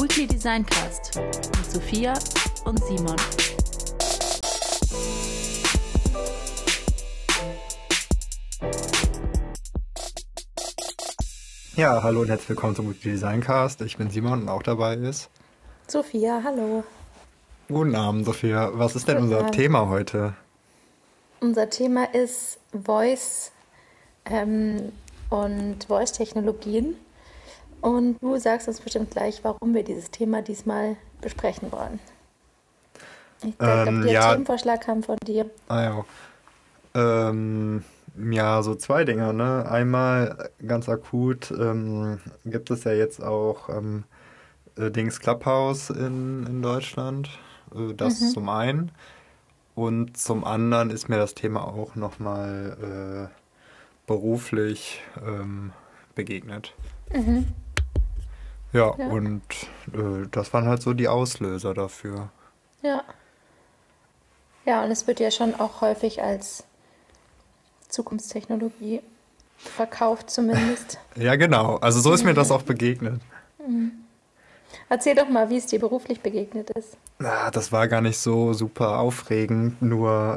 Weekly Designcast mit Sophia und Simon. Ja, hallo und herzlich willkommen zum Weekly Designcast. Ich bin Simon und auch dabei ist. Sophia, hallo. Guten Abend, Sophia. Was ist denn Guten unser Abend. Thema heute? Unser Thema ist Voice und Voice-Technologien. Und du sagst uns bestimmt gleich, warum wir dieses Thema diesmal besprechen wollen. Ich glaube, der Ja, Themenvorschlag kam von dir. ja. Ja, so zwei Dinge, ne? Einmal ganz akut gibt es ja jetzt auch Dings Clubhouse in Deutschland. Das Mhm. zum einen. Und zum anderen ist mir das Thema auch nochmal beruflich begegnet. Mhm. Ja, Ja, und das waren halt so die Auslöser dafür. ja. Ja, und es wird ja schon auch häufig als Zukunftstechnologie verkauft, zumindest. Ja, genau. Also so ist mir das auch begegnet. Erzähl doch mal, wie es dir beruflich begegnet ist. Das war gar nicht so super aufregend, nur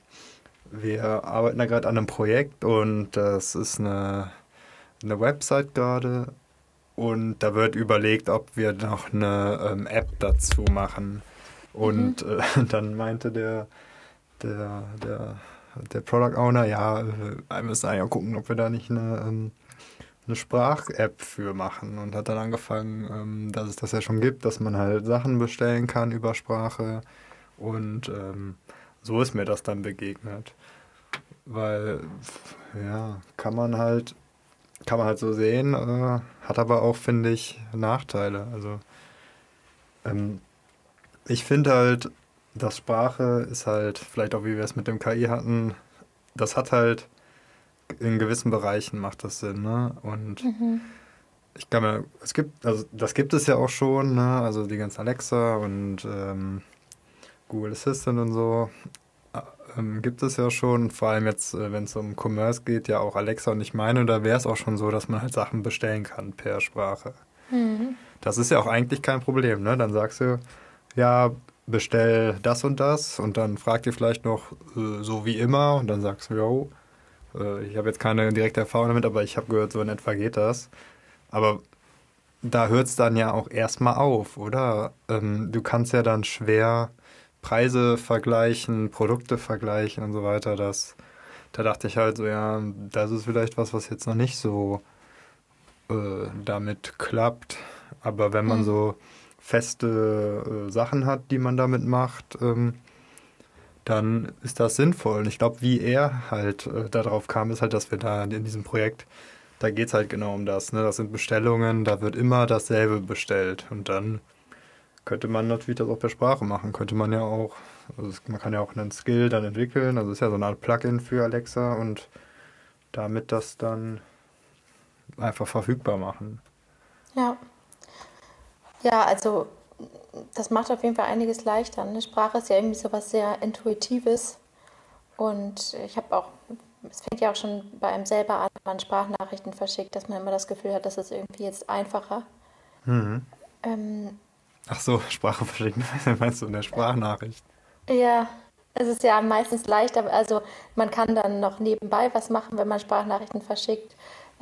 wir arbeiten da gerade an einem Projekt und das ist eine Website gerade und da wird überlegt, ob wir noch eine App dazu machen. Mhm. Und dann meinte der, der, der Product Owner, ja, wir müssen eigentlich auch gucken, ob wir da nicht eine Sprach-App für machen und hat dann angefangen, dass es das ja schon gibt, dass man halt Sachen bestellen kann über Sprache und so ist mir das dann begegnet, weil ja, kann man halt so sehen, hat aber auch, finde ich, Nachteile. Also ähm, ich finde halt, dass Sprache ist halt, vielleicht auch wie wir es mit dem KI hatten, das hat halt in gewissen Bereichen macht das Sinn, ne? Und Mhm. ich kann mir, also das gibt es ja auch schon, ne? Also die ganze Alexa und Google Assistant und so gibt es ja schon. Vor allem jetzt, wenn es um Commerce geht, ja auch Alexa. Und ich meine, da wäre es auch schon so, dass man halt Sachen bestellen kann per Sprache. Mhm. Das ist ja auch eigentlich kein Problem, ne? Dann sagst du, ja, bestell das und dann fragt ihr vielleicht noch so wie immer und dann sagst du, yo, ich habe jetzt keine direkte Erfahrung damit, aber ich habe gehört, so in etwa geht das. Aber da hört es dann ja auch erstmal auf, oder? Du kannst ja dann schwer Preise vergleichen, Produkte vergleichen und so weiter. Da dachte ich halt so, ja, das ist vielleicht was jetzt noch nicht so damit klappt. Aber wenn man Mhm. so feste Sachen hat, die man damit macht, dann ist das sinnvoll. Und ich glaube, wie er halt darauf kam, ist halt, dass wir da in diesem Projekt, da geht es halt genau um das. Ne? Das sind Bestellungen, da wird immer dasselbe bestellt. Und dann könnte man natürlich das auch per Sprache machen. Könnte man ja auch, also man kann ja auch einen Skill dann entwickeln. Also es ist ja so eine Art Plugin für Alexa und damit das dann einfach verfügbar machen. Ja. Ja, also das macht auf jeden Fall einiges leichter. Eine Sprache ist ja irgendwie so was sehr Intuitives. Und ich habe auch, es fängt ja auch schon bei einem selber an, wenn man Sprachnachrichten verschickt, dass man immer das Gefühl hat, das ist irgendwie jetzt einfacher. Mhm. Ähm, Ach so, Sprache verschicken, meinst du in der Sprachnachricht? ja, es ist ja meistens leichter. Also man kann dann noch nebenbei was machen, wenn man Sprachnachrichten verschickt.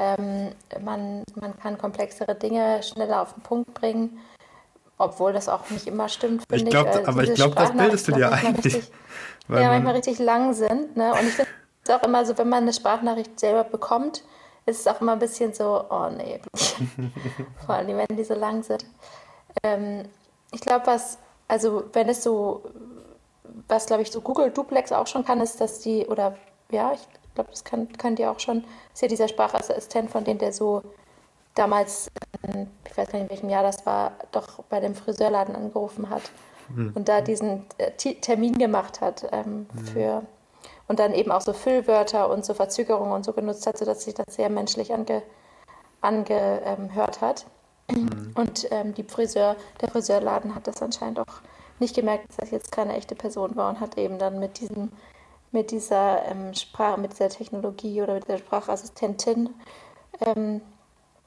Man kann komplexere Dinge schneller auf den Punkt bringen. Obwohl das auch nicht immer stimmt, Ich finde ich, glaube, weil aber ich diese glaube, das bildest du Sprachnachrichten auch dir eigentlich, weil manchmal man, richtig lang sind. Ne? Und ich finde es auch immer so, wenn man eine Sprachnachricht selber bekommt, ist es auch immer ein bisschen so, oh nee, vor allem wenn die so lang sind. Ähm, ich glaube, also wenn es so, was glaube ich so Google Duplex auch schon kann, ist, dass die, oder ja, ich glaube, das kann die auch schon, ist ja dieser Sprachassistent von denen, der so damals, ich weiß gar nicht in welchem Jahr das war, doch bei dem Friseurladen angerufen hat hm, und da diesen Termin gemacht hat für und dann eben auch so Füllwörter und so Verzögerungen und so genutzt hat, sodass sich das sehr menschlich angehört hat. hm, Und der Friseurladen hat das anscheinend auch nicht gemerkt, dass das jetzt keine echte Person war und hat eben dann mit dieser Sprache, mit dieser Technologie oder mit der Sprachassistentin ähm,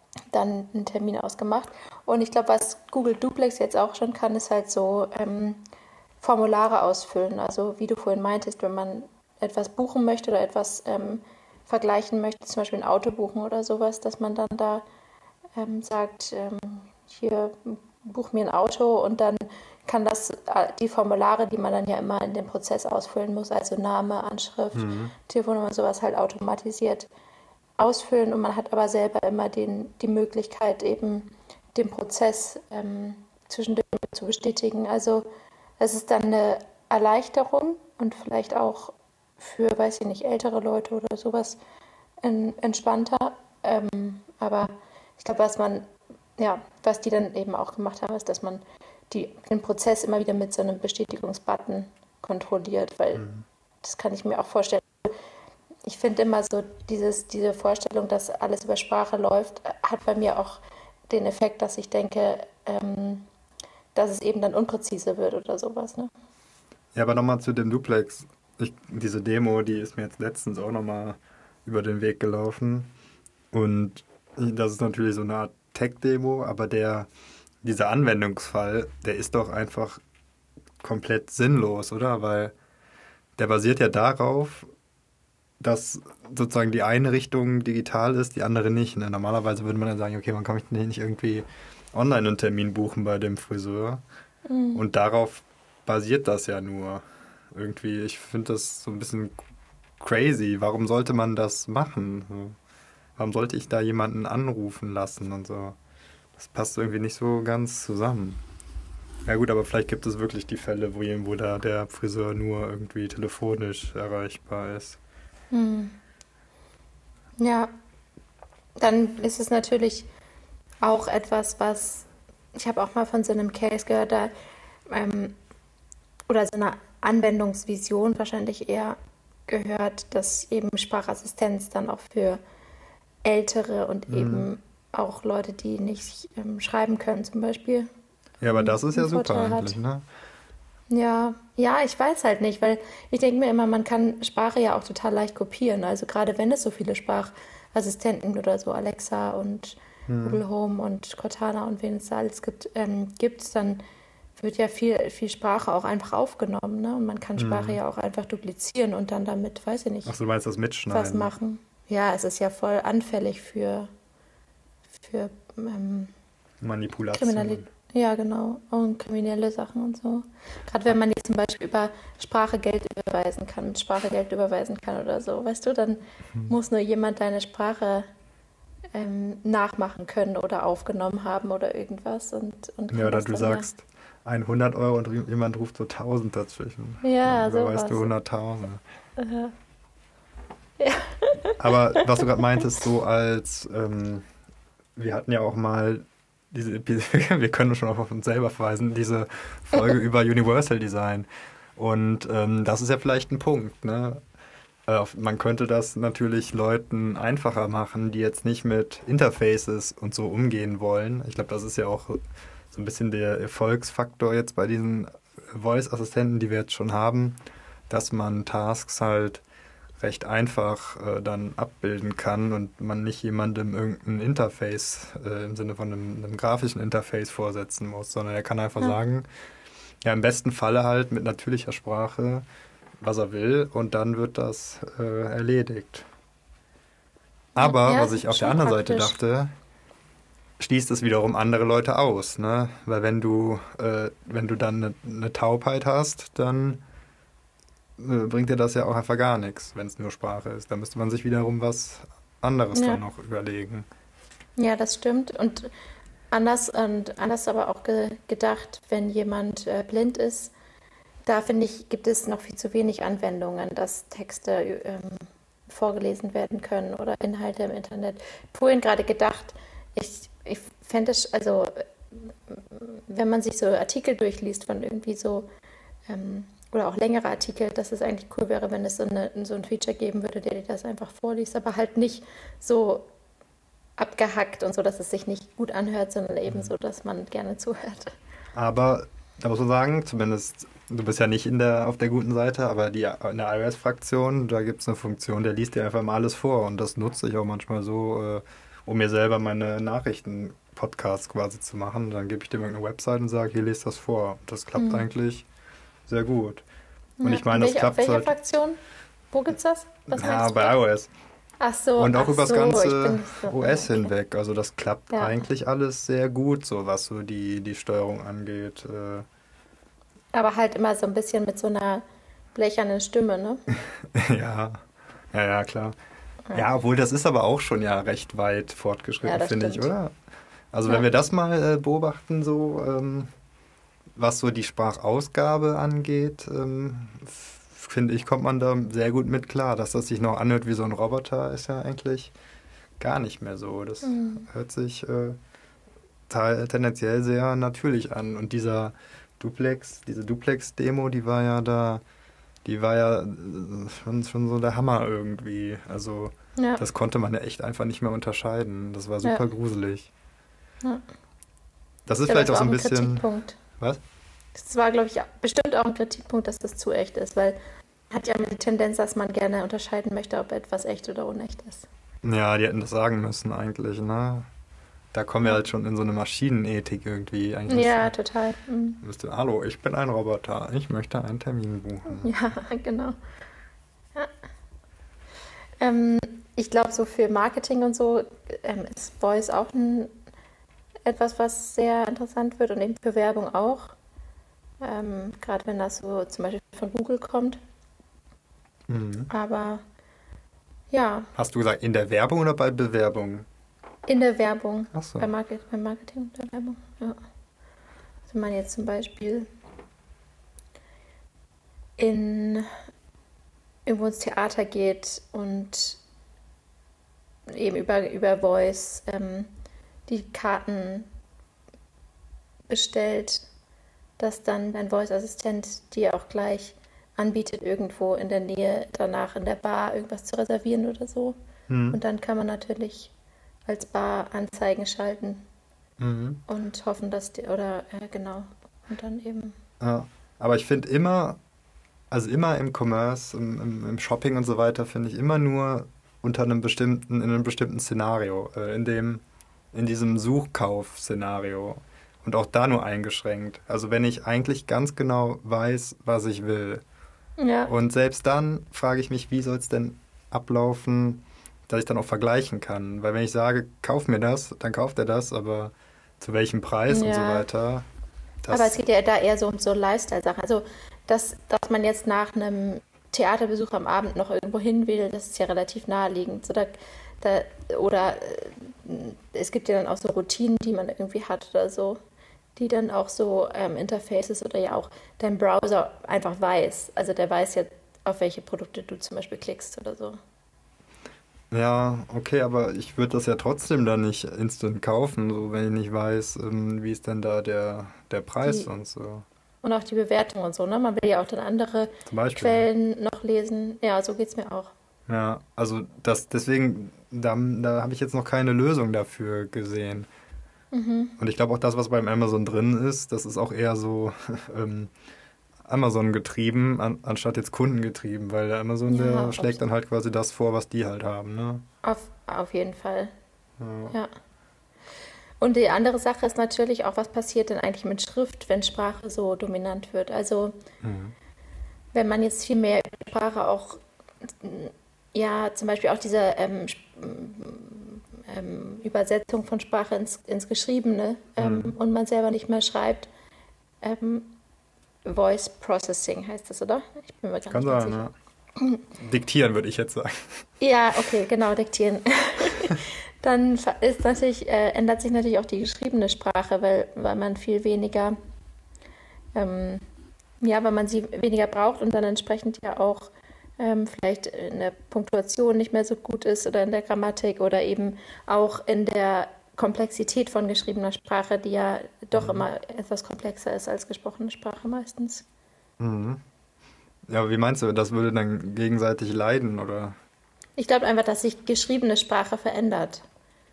dann einen Termin ausgemacht. Und ich glaube, was Google Duplex jetzt auch schon kann, ist halt so Formulare ausfüllen. Also wie du vorhin meintest, wenn man etwas buchen möchte oder etwas vergleichen möchte, zum Beispiel ein Auto buchen oder sowas, dass man dann da sagt, hier buch mir ein Auto und dann kann das die Formulare, die man dann ja immer in dem Prozess ausfüllen muss, also Name, Anschrift, Telefonnummer, sowas halt automatisiert ausfüllen und man hat aber selber immer die Möglichkeit, eben den Prozess zwischendurch zu bestätigen. Also es ist dann eine Erleichterung und vielleicht auch für, weiß ich nicht, ältere Leute oder sowas entspannter. Aber ich glaube, was die dann eben auch gemacht haben, ist, dass man den Prozess immer wieder mit so einem Bestätigungsbutton kontrolliert, weil das kann ich mir auch vorstellen. Ich finde immer so, diese Vorstellung, dass alles über Sprache läuft, hat bei mir auch den Effekt, dass ich denke, dass es eben dann unpräzise wird oder sowas. Ne? Ja, aber nochmal zu dem Duplex. Diese Demo, die ist mir jetzt letztens auch nochmal über den Weg gelaufen. Und das ist natürlich so eine Art Tech-Demo, aber dieser Anwendungsfall, der ist doch einfach komplett sinnlos, oder? Weil der basiert ja darauf, dass sozusagen die eine Richtung digital ist, die andere nicht. Ne? Normalerweise würde man dann sagen, okay, man kann nicht irgendwie online einen Termin buchen bei dem Friseur. Und darauf basiert das ja nur. Irgendwie, ich finde das so ein bisschen crazy. Warum sollte man das machen? So, warum sollte ich da jemanden anrufen lassen und so? Das passt irgendwie nicht so ganz zusammen. Ja gut, aber vielleicht gibt es wirklich die Fälle, wo da der Friseur nur irgendwie telefonisch erreichbar ist. Ja, dann ist es natürlich auch etwas, was ich habe auch mal von so einem Case gehört, oder so einer Anwendungsvision wahrscheinlich eher gehört, dass eben Sprachassistenz dann auch für Ältere und eben auch Leute, die nicht schreiben können, zum Beispiel, Ja, aber das ist ja einen super Vorteil eigentlich, hat. ne? Ja, ich weiß halt nicht, weil ich denke mir immer, man kann Sprache ja auch total leicht kopieren. Also gerade wenn es so viele Sprachassistenten oder so, Alexa und Google Home und Cortana und wen es da alles gibt, dann wird ja viel Sprache auch einfach aufgenommen, ne? Und man kann Sprache ja auch einfach duplizieren und dann damit, weiß ich Ach nicht, so, du meinst das was Mitschneiden? machen. Ja, es ist ja voll anfällig für Kriminalität. Manipulation. Ja, genau. Und kriminelle Sachen und so. Gerade wenn man jetzt zum Beispiel über Sprache Geld überweisen kann, mit Sprache Geld überweisen kann oder so, weißt du, dann muss nur jemand deine Sprache nachmachen können oder aufgenommen haben oder irgendwas und Ja, kann oder das du dann ja. sagst 100 € und jemand ruft so 1000 dazwischen. Dann Ja, überweist du sowas. 100.000. Äh, ja. Aber was du gerade meintest, so wir hatten ja auch mal wir können schon auf uns selber verweisen, diese Folge über Universal Design. Und das ist ja vielleicht ein Punkt, ne? Man könnte das natürlich Leuten einfacher machen, die jetzt nicht mit Interfaces und so umgehen wollen. Ich glaube, das ist ja auch so ein bisschen der Erfolgsfaktor jetzt bei diesen Voice-Assistenten, die wir jetzt schon haben, dass man Tasks halt recht einfach dann abbilden kann und man nicht jemandem irgendein Interface im Sinne von einem grafischen Interface vorsetzen muss, sondern er kann einfach Ja, sagen, ja, im besten Falle halt mit natürlicher Sprache, was er will, und dann wird das erledigt. Aber ja, was es ich ist auf der schon anderen Seite praktisch. dachte, schließt es wiederum andere Leute aus, ne? Weil wenn du dann eine Taubheit hast, dann bringt dir das ja auch einfach gar nichts, wenn es nur Sprache ist. Da müsste man sich wiederum was anderes dann Ja, noch überlegen. ja, das stimmt. Und anders aber auch gedacht, wenn jemand blind ist, da finde ich, gibt es noch viel zu wenig Anwendungen, dass Texte vorgelesen werden können oder Inhalte im Internet. Vorhin gerade gedacht, ich fände es, also wenn man sich so Artikel durchliest von irgendwie so, oder auch längere Artikel, dass es eigentlich cool wäre, wenn es so ein Feature geben würde, der dir das einfach vorliest, aber halt nicht so abgehackt und so, dass es sich nicht gut anhört, sondern eben so, dass man gerne zuhört. Aber da muss man sagen, zumindest, du bist ja nicht auf der guten Seite, aber in der iOS-Fraktion, da gibt es eine Funktion, der liest dir einfach mal alles vor und das nutze ich auch manchmal so, um mir selber meine Nachrichten-Podcasts quasi zu machen. Dann gebe ich dem irgendeine Website und sage, hier, lest das vor. Und das klappt eigentlich sehr gut. Und Ja. ich meine, das Auf klappt welcher halt Fraktion? Wo gibt's das? Was ja, meinst du? bei iOS. Und auch Ach übers so, ich ganze bin nicht so. OS Okay. hinweg. Also das klappt Ja. eigentlich alles sehr gut, so was so die Steuerung angeht. Aber halt immer so ein bisschen mit so einer blechernen Stimme, ne? Ja, ja, klar. Ja, Ja, obwohl das ist aber auch schon ja recht weit ja, fortgeschritten, das finde ich, stimmt. oder? Also wenn Ja. wir das mal beobachten, so was so die Sprachausgabe angeht, finde ich, kommt man da sehr gut mit klar. Dass das sich noch anhört wie so ein Roboter, ist ja eigentlich gar nicht mehr so. Das Mhm. hört sich tendenziell sehr natürlich an. Und diese Duplex-Demo, die war ja schon so der Hammer irgendwie. Also Ja, das konnte man ja echt einfach nicht mehr unterscheiden. Das war ja, super gruselig. ja. Das Ich ist glaube, vielleicht das auch war so auch ein ein bisschen, Kritikpunkt. was? Das war, glaube ich, bestimmt auch ein Kritikpunkt, dass das zu echt ist, weil man hat ja immer die Tendenz, dass man gerne unterscheiden möchte, ob etwas echt oder unecht ist. Ja, die hätten das sagen müssen eigentlich, ne? Da kommen wir Ja, halt schon in so eine Maschinenethik irgendwie. Eigentlich ja, total. Mhm. hallo, ich bin ein Roboter, ich möchte einen Termin buchen. Ja, genau. Ja. Ähm, Ich glaube, so für Marketing und so ist Voice auch etwas, was sehr interessant wird und eben für Werbung auch. Gerade wenn das so zum Beispiel von Google kommt. Mhm. Aber ja, Hast du gesagt, in der Werbung oder bei Bewerbung? in der Werbung, Ach so. beim Marketing und der Werbung. Ja. Also wenn man jetzt zum Beispiel in irgendwo ins Theater geht und eben über Voice die Karten bestellt, dass dann dein Voice-Assistent dir auch gleich anbietet, irgendwo in der Nähe danach in der Bar irgendwas zu reservieren oder so. Mhm. Und dann kann man natürlich als Bar Anzeigen schalten Mhm. und hoffen, dass die, oder genau, und dann eben, Ja. Aber ich finde immer, also immer im Commerce, im Shopping und so weiter, finde ich immer nur in einem bestimmten Szenario, in diesem Suchkauf-Szenario. Und auch da nur eingeschränkt. Also wenn ich eigentlich ganz genau weiß, was ich will. ja, Und selbst dann frage ich mich, wie soll es denn ablaufen, dass ich dann auch vergleichen kann. Weil wenn ich sage, kauf mir das, dann kauft er das, aber zu welchem Preis und so ja. weiter, Aber es das, geht ja da eher so um so Lifestyle-Sachen. Also, dass man jetzt nach einem Theaterbesuch am Abend noch irgendwo hin will, das ist ja relativ naheliegend. So, da, oder es gibt ja dann auch so Routinen, die man irgendwie hat oder so, die dann auch so Interfaces oder ja auch dein Browser einfach weiß. Also der weiß ja, auf welche Produkte du zum Beispiel klickst oder so. ja, okay, aber ich würde das ja trotzdem dann nicht instant kaufen, so wenn ich nicht weiß, wie ist denn da der Preis Die, und so. und auch die Bewertung und so, ne? Man will ja auch dann andere Zum Beispiel. Quellen noch lesen. Ja, so geht's mir auch. Ja, also deswegen, da habe ich jetzt noch keine Lösung dafür gesehen. Mhm. Und ich glaube auch das, was beim Amazon drin ist, das ist auch eher so ähm, Amazon getrieben, anstatt jetzt Kunden getrieben, weil der Amazon, der Ja, schlägt dann halt quasi das vor, was die halt haben, ne? auf jeden Fall. Ja. Ja. Und die andere Sache ist natürlich auch, was passiert denn eigentlich mit Schrift, wenn Sprache so dominant wird? Also, Mhm. wenn man jetzt viel mehr über Sprache auch, ja, zum Beispiel auch diese Übersetzung von Sprache ins Geschriebene Mhm. und man selber nicht mehr schreibt, ähm, Voice Processing heißt das, oder? Ich bin mir gar Kann nicht ganz sein, sicher. ja. Diktieren würde ich jetzt sagen. Ja, okay, genau, diktieren. Dann ist natürlich, ändert sich natürlich auch die geschriebene Sprache, weil man viel weniger, ähm, ja, weil man sie weniger braucht und dann entsprechend ja auch vielleicht in der Punktuation nicht mehr so gut ist oder in der Grammatik oder eben auch in der Komplexität von geschriebener Sprache, die ja doch Mhm. immer etwas komplexer ist als gesprochene Sprache meistens. Mhm. Ja, aber wie meinst du, das würde dann gegenseitig leiden, oder? Ich glaube einfach, dass sich geschriebene Sprache verändert.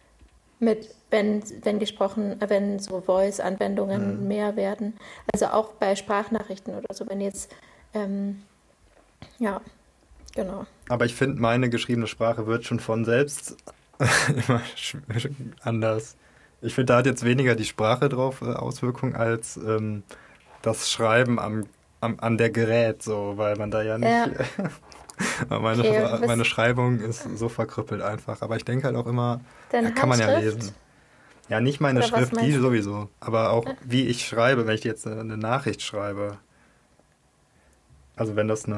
Wenn so Voice-Anwendungen Mhm. mehr werden. Also auch bei Sprachnachrichten oder so, wenn jetzt, ähm, ja, genau. Aber ich finde, meine geschriebene Sprache wird schon von selbst immer anders. Ich finde, da hat jetzt weniger die Sprache drauf Auswirkung als das Schreiben an der Gerät, so, weil man da ja nicht. Ja, Meine, okay, und du Meine bist Schreibung ist so verkrüppelt einfach. Aber ich denke halt auch immer, ja, deine kann man ja Handschrift? lesen. Ja, nicht meine Oder was Schrift, die meinst du? sowieso. Aber auch wie ich schreibe, wenn ich jetzt eine Nachricht schreibe. Also wenn das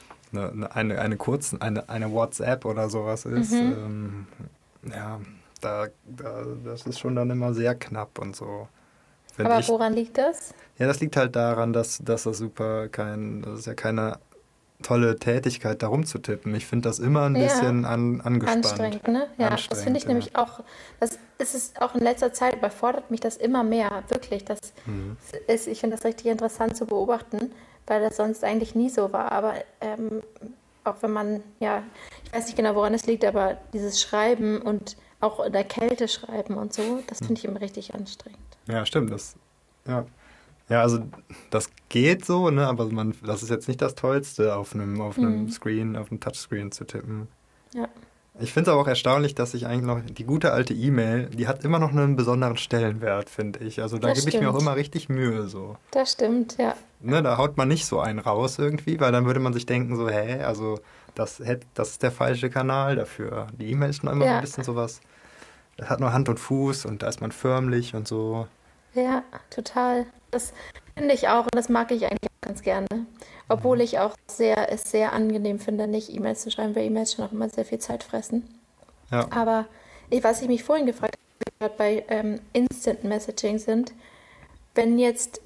eine WhatsApp oder sowas ist, Mhm. ja, das ist schon dann immer sehr knapp und so. Finde Aber ich. woran liegt das? Ja, das liegt halt daran, dass das ist ja keine tolle Tätigkeit, da rumzutippen. Ich finde das immer ein Ja, bisschen angespannt. anstrengend, ne? Ja, das finde Anstrengend, ich ja. nämlich auch, das ist es auch in letzter Zeit, überfordert mich das immer mehr, wirklich. Mhm. Ich finde das richtig interessant zu beobachten, weil das sonst eigentlich nie so war. Aber auch wenn man, ja, ich weiß nicht genau, woran es liegt, aber dieses Schreiben und auch in der Kälte schreiben und so, das finde ich immer richtig anstrengend. Ja, stimmt. Ja. Ja, also das geht so, ne, aber das ist jetzt nicht das Tollste, auf einem Hm. Screen, auf einem Touchscreen zu tippen. Ja, Ich finde es aber auch erstaunlich, dass ich eigentlich noch, die gute alte E-Mail, die hat immer noch einen besonderen Stellenwert, finde ich. Also da das gebe ich mir auch stimmt. immer richtig Mühe, so. Das stimmt, ja. Ne, da haut man nicht so einen raus irgendwie, weil dann würde man sich denken, so, hä, also das ist der falsche Kanal dafür. Die E-Mail ist noch immer so ein Ja, bisschen sowas, das hat nur Hand und Fuß und da ist man förmlich und so. ja, total. Das finde ich auch und das mag ich eigentlich auch ganz gerne. Obwohl Mhm. ich auch es sehr angenehm finde, nicht E-Mails zu schreiben, weil E-Mails schon auch immer sehr viel Zeit fressen. Ja. Aber was ich mich vorhin gefragt habe, wie wir gerade bei Instant Messaging sind, wenn jetzt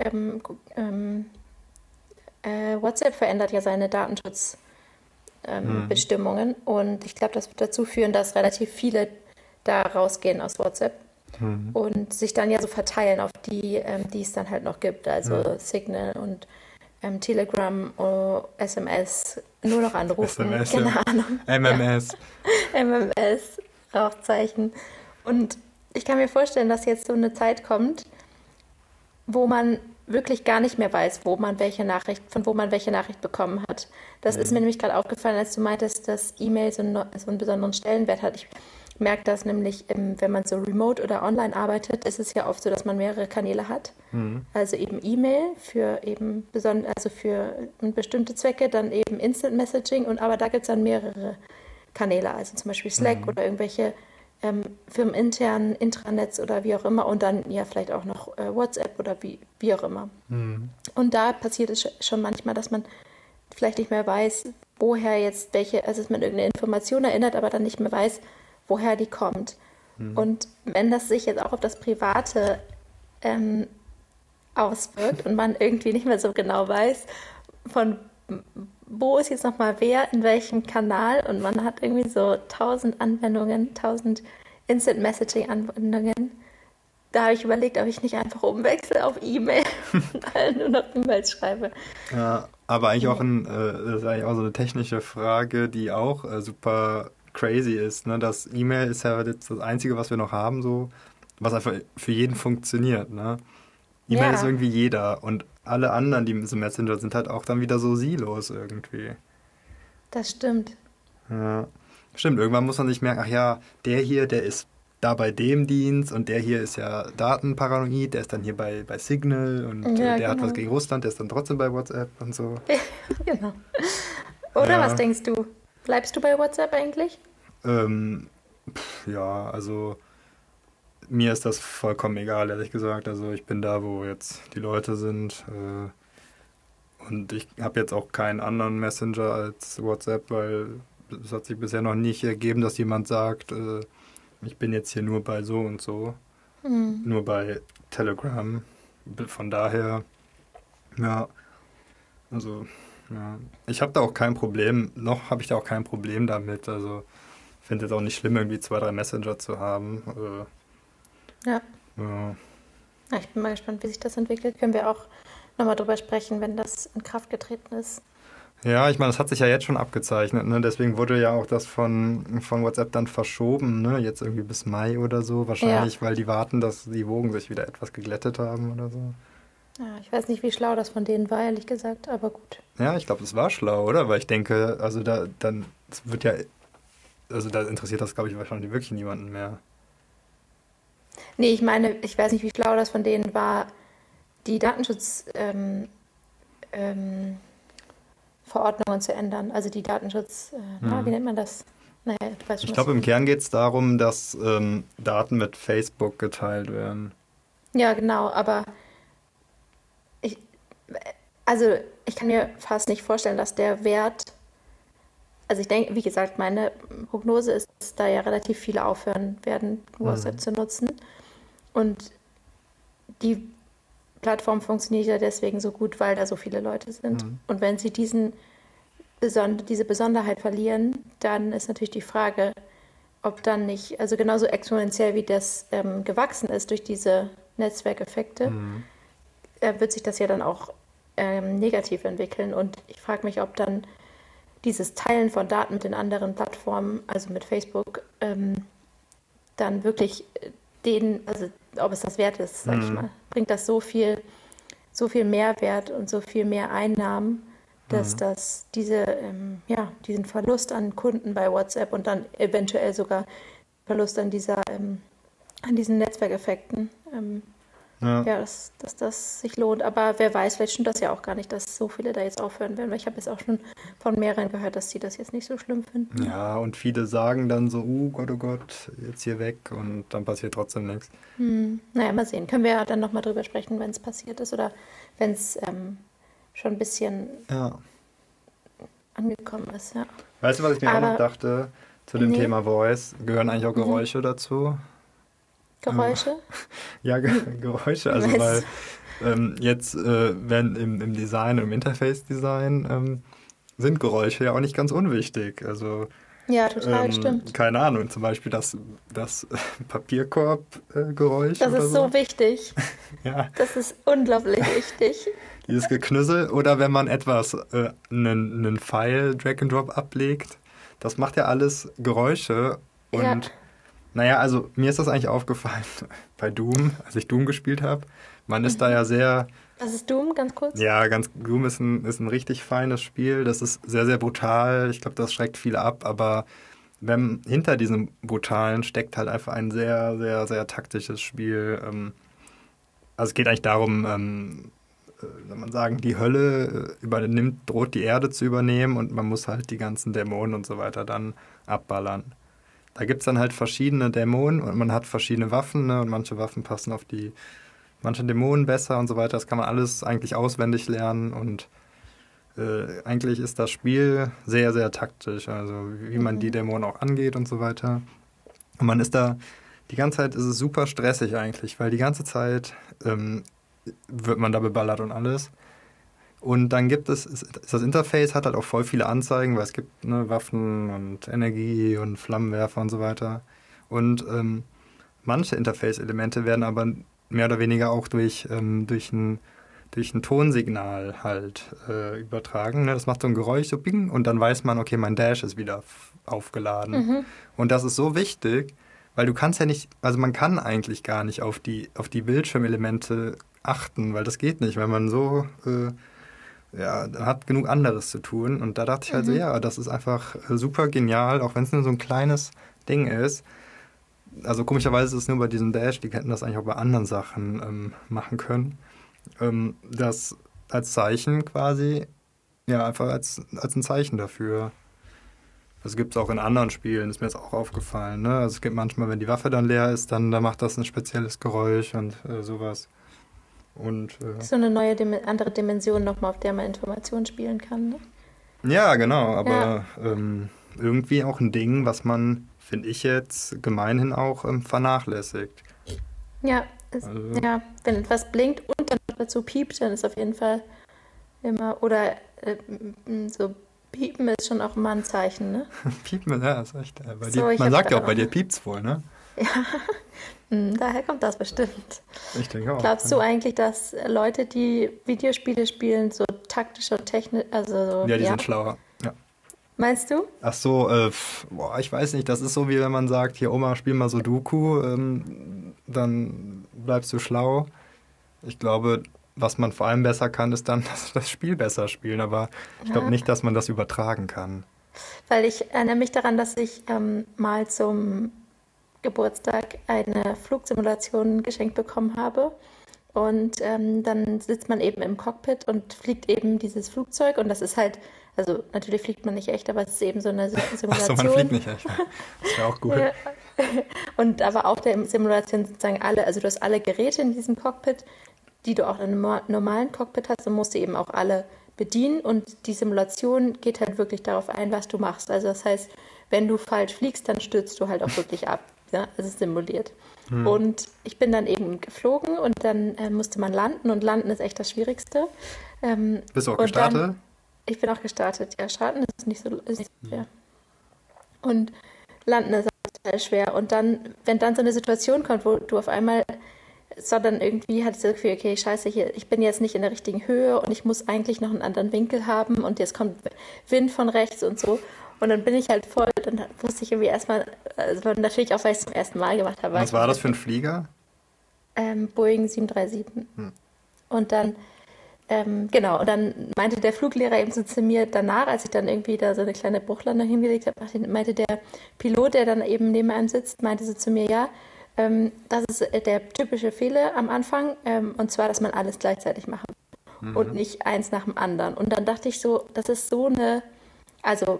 WhatsApp verändert ja seine Datenschutzbestimmungen Mhm. Bestimmungen und ich glaube, das wird dazu führen, dass relativ viele da rausgehen aus WhatsApp Mhm. und sich dann ja so verteilen auf die, die es dann halt noch gibt, also Mhm. Signal und Telegram, SMS, nur noch anrufen, SMS, ja. keine Ahnung, ja, MMS. MMS, Rauchzeichen. Und ich kann mir vorstellen, dass jetzt so eine Zeit kommt, wo man wirklich gar nicht mehr weiß, von wo man welche Nachricht bekommen hat. Das ist mir Mhm. nämlich gerade aufgefallen, als du meintest, dass E-Mail so einen besonderen Stellenwert hat. Ich merke das nämlich, wenn man so remote oder online arbeitet, ist es ja oft so, dass man mehrere Kanäle hat. Mhm. Also eben E-Mail für eben also für bestimmte Zwecke, dann eben Instant Messaging und aber da gibt es dann mehrere Kanäle, also zum Beispiel Slack Mhm. oder irgendwelche firmeninternen Intranets oder wie auch immer und dann ja vielleicht auch noch WhatsApp oder wie auch immer. Mhm. Und da passiert es schon manchmal, dass man vielleicht nicht mehr weiß, woher jetzt also dass man irgendeine Information erinnert, aber dann nicht mehr weiß, woher die kommt. Mhm. Und wenn das sich jetzt auch auf das Private ähm, auswirkt und man irgendwie nicht mehr so genau weiß, von wo ist jetzt nochmal wer in welchem Kanal und man hat irgendwie so 1000 Anwendungen, 1000 Instant Messaging Anwendungen. Da habe ich überlegt, ob ich nicht einfach umwechsle auf E-Mail und allen nur noch E-Mails schreibe. Ja, aber eigentlich auch Ja. das ist eigentlich auch so eine technische Frage, die auch super crazy ist, ne? Das E-Mail ist ja jetzt das Einzige, was wir noch haben, so, was einfach für jeden funktioniert, ne? E-Mail ist Ja, irgendwie jeder und alle anderen, die so Messenger sind, halt auch dann wieder so Silos irgendwie. das stimmt. Ja. Stimmt, irgendwann muss man sich merken, ach ja, der hier, der ist da bei dem Dienst und der hier ist ja datenparanoid, der ist dann hier bei Signal und Ja, der hat was genau. gegen Russland, der ist dann trotzdem bei WhatsApp und so. Genau. Oder was Ja, denkst du? Bleibst du bei WhatsApp eigentlich? ähm, ja, also mir ist das vollkommen egal, ehrlich gesagt. Also ich bin da, wo jetzt die Leute sind. Und ich habe jetzt auch keinen anderen Messenger als WhatsApp, weil es hat sich bisher noch nicht ergeben, dass jemand sagt, ich bin jetzt hier nur bei so und so, Hm. nur bei Telegram. Von daher, ja, also, ja. Ich habe da auch kein Problem, noch habe ich da auch kein Problem damit. Also, ich finde es auch nicht schlimm, irgendwie zwei, drei Messenger zu haben. Ja. Ja. Na, ich bin mal gespannt, wie sich das entwickelt. Können wir auch nochmal drüber sprechen, wenn das in Kraft getreten ist. Ja, ich meine, das hat sich ja jetzt schon abgezeichnet, ne? Deswegen wurde ja auch das von WhatsApp dann verschoben, ne? Jetzt irgendwie bis Mai oder so. Ja. Wahrscheinlich, weil die warten, dass die Wogen sich wieder etwas geglättet haben oder so. Ja, ich weiß nicht, wie schlau das von denen war, ehrlich gesagt, aber gut. Ja, ich glaube, es war schlau, oder? Weil ich denke, also es wird ja also da interessiert das, glaube ich, wahrscheinlich wirklich niemanden mehr. Nee, ich meine, ich weiß nicht, wie schlau das von denen war, die Verordnungen zu ändern. Also die wie Hm. nennt man das? Naja, du weißt schon, Ich was glaube, ich im meine. Kern geht es darum, dass Daten mit Facebook geteilt werden. Ja, genau, aber ich, also ich kann mir fast nicht vorstellen, dass der Wert, also ich denke, wie gesagt, meine Prognose ist, dass da ja relativ viele aufhören werden, WhatsApp Hm. zu nutzen. Und die Plattform funktioniert ja deswegen so gut, weil da so viele Leute sind. Hm. Und wenn sie diese Besonderheit verlieren, dann ist natürlich die Frage, ob dann nicht, also genauso exponentiell wie das gewachsen ist durch diese Netzwerkeffekte, Hm. wird sich das ja dann auch negativ entwickeln. Und ich frage mich, ob dann dieses Teilen von Daten mit den anderen Plattformen, also mit Facebook, dann wirklich also ob es das wert ist, sage ich Hm. mal. Bringt das so viel Mehrwert und so viel mehr Einnahmen, dass Hm. das diesen Verlust an Kunden bei WhatsApp und dann eventuell sogar Verlust an diesen Netzwerkeffekten, Ja. dass das sich lohnt. Aber wer weiß, vielleicht stimmt das ja auch gar nicht, dass so viele da jetzt aufhören werden, weil ich habe jetzt auch schon von mehreren gehört, dass sie das jetzt nicht so schlimm finden. Ja, und viele sagen dann so, oh Gott, jetzt hier weg und dann passiert trotzdem nichts. Naja, mal sehen. Können wir ja dann nochmal drüber sprechen, wenn es passiert ist oder wenn es schon ein bisschen Ja. angekommen ist, ja. Weißt du, was ich mir auch noch Aber dachte zu dem nee, Thema Voice? Gehören eigentlich auch mhm. Geräusche dazu? Ähm, Geräusche? ja, Geräusche, Wie also meinst weil jetzt, wenn im Design, im Interface-Design, sind Geräusche ja auch nicht ganz unwichtig. Also, du? Ja, total, stimmt. keine Ahnung, zum Beispiel das Papierkorb-Geräusch Das oder ist so. so wichtig. Ja, Das ist unglaublich wichtig. dieses Geknüssel. Oder wenn man einen File Drag and Drop ablegt, das macht ja alles Geräusche. Ja, Und naja, also mir ist das eigentlich aufgefallen bei Doom, als ich Doom gespielt habe. Man ist da ja sehr, was ist Doom, ganz kurz? ja, Doom ist ein richtig feines Spiel. Das ist sehr, sehr brutal. Ich glaube, das schreckt viele ab, aber wenn hinter diesem Brutalen steckt halt einfach ein sehr, sehr, sehr taktisches Spiel. Also es geht eigentlich darum, soll man sagen, die Hölle droht die Erde zu übernehmen und man muss halt die ganzen Dämonen und so weiter dann abballern. Da gibt es dann halt verschiedene Dämonen und man hat verschiedene Waffen, ne? Und manche Waffen passen auf manche Dämonen besser und so weiter. Das kann man alles eigentlich auswendig lernen und eigentlich ist das Spiel sehr, sehr taktisch, also wie man die Dämonen auch angeht und so weiter. Und man ist da, die ganze Zeit ist es super stressig eigentlich, weil die ganze Zeit wird man da beballert und alles. Und dann das Interface hat halt auch voll viele Anzeigen, weil es gibt ne, Waffen und Energie und Flammenwerfer und so weiter. Und manche Interface-Elemente werden aber mehr oder weniger auch durch ein Tonsignal halt übertragen. Ne? Das macht so ein Geräusch, so bing, und dann weiß man, okay, mein Dash ist wieder aufgeladen. Und das ist so wichtig, weil du kannst ja nicht, also man kann eigentlich gar nicht auf die Bildschirmelemente achten, weil das geht nicht, weil man so ja, hat genug anderes zu tun. Und da dachte ich halt so, ja, das ist einfach super genial, auch wenn es nur so ein kleines Ding ist. Also komischerweise ist es nur bei diesem Dash, die hätten das eigentlich auch bei anderen Sachen machen können. Das als Zeichen quasi, ja, einfach als ein Zeichen dafür. Das gibt es auch in anderen Spielen, ist mir jetzt auch aufgefallen. Ne? Also es gibt manchmal, wenn die Waffe dann leer ist, dann da macht das ein spezielles Geräusch und sowas. Und So eine andere Dimension nochmal, auf der man Informationen spielen kann. Ne? ja, genau, Ja, aber irgendwie auch ein Ding, was man, finde ich jetzt, gemeinhin auch vernachlässigt. ja, Also, ja, wenn etwas blinkt und dann noch dazu piept, dann ist auf jeden Fall immer, oder so piepen ist schon auch immer ein Zeichen, ne? piept, ja, ist echt. Bei dir, So, ich man habe sagt ja auch, gerade bei noch dir eine. piept's wohl, ne? Daher kommt das bestimmt. Ich denke auch. Glaubst du eigentlich, dass Leute, die Videospiele spielen, so taktisch und technisch, also so, Ja, die ja? sind schlauer. Ja. Meinst du? Ach so, boah, ich weiß nicht, das ist so wie wenn man sagt, hier Oma, spiel mal Sudoku, dann bleibst du schlau. Ich glaube, was man vor allem besser kann, ist dann das Spiel besser spielen, aber ich glaube Ja. nicht, dass man das übertragen kann. weil ich erinnere mich daran, dass ich mal zum Geburtstag eine Flugsimulation geschenkt bekommen habe. Und dann sitzt man eben im Cockpit und fliegt eben dieses Flugzeug. Und das ist halt, also natürlich fliegt man nicht echt, aber es ist eben so eine Achso, man fliegt Simulation. nicht echt. Das wäre auch gut. Ja. Und aber auf der Simulation sozusagen alle, also du hast alle Geräte in diesem Cockpit, die du auch in einem normalen Cockpit hast und musst du eben auch alle bedienen. Und die Simulation geht halt wirklich darauf ein, was du machst. Also das heißt, wenn du falsch fliegst, dann stürzt du halt auch wirklich ab. Ja, also simuliert. Und ich bin dann eben geflogen und dann musste man landen und landen ist echt das Schwierigste. Bist du auch Und dann, gestartet? ich bin auch gestartet. Ja, starten ist nicht so schwer. Und landen ist auch total schwer. Und dann, wenn dann so eine Situation kommt, wo du auf einmal, sondern irgendwie hat es das Gefühl, okay, scheiße, hier, ich bin jetzt nicht in der richtigen Höhe und ich muss eigentlich noch einen anderen Winkel haben und jetzt kommt Wind von rechts und so. Und dann bin ich halt voll, dann wusste ich irgendwie erstmal, also natürlich auch, weil ich es zum ersten Mal gemacht habe, war Was ich war das halt für ein Flieger? Boeing 737. Und dann, genau, und dann meinte der Fluglehrer eben so zu mir danach, als ich dann irgendwie da so eine kleine Bruchlandung hingelegt habe, meinte der Pilot, der dann eben neben einem sitzt, meinte so zu mir, ja, das ist der typische Fehler am Anfang, und zwar, dass man alles gleichzeitig machen und nicht eins nach dem anderen. Und dann dachte ich so, das ist so eine, also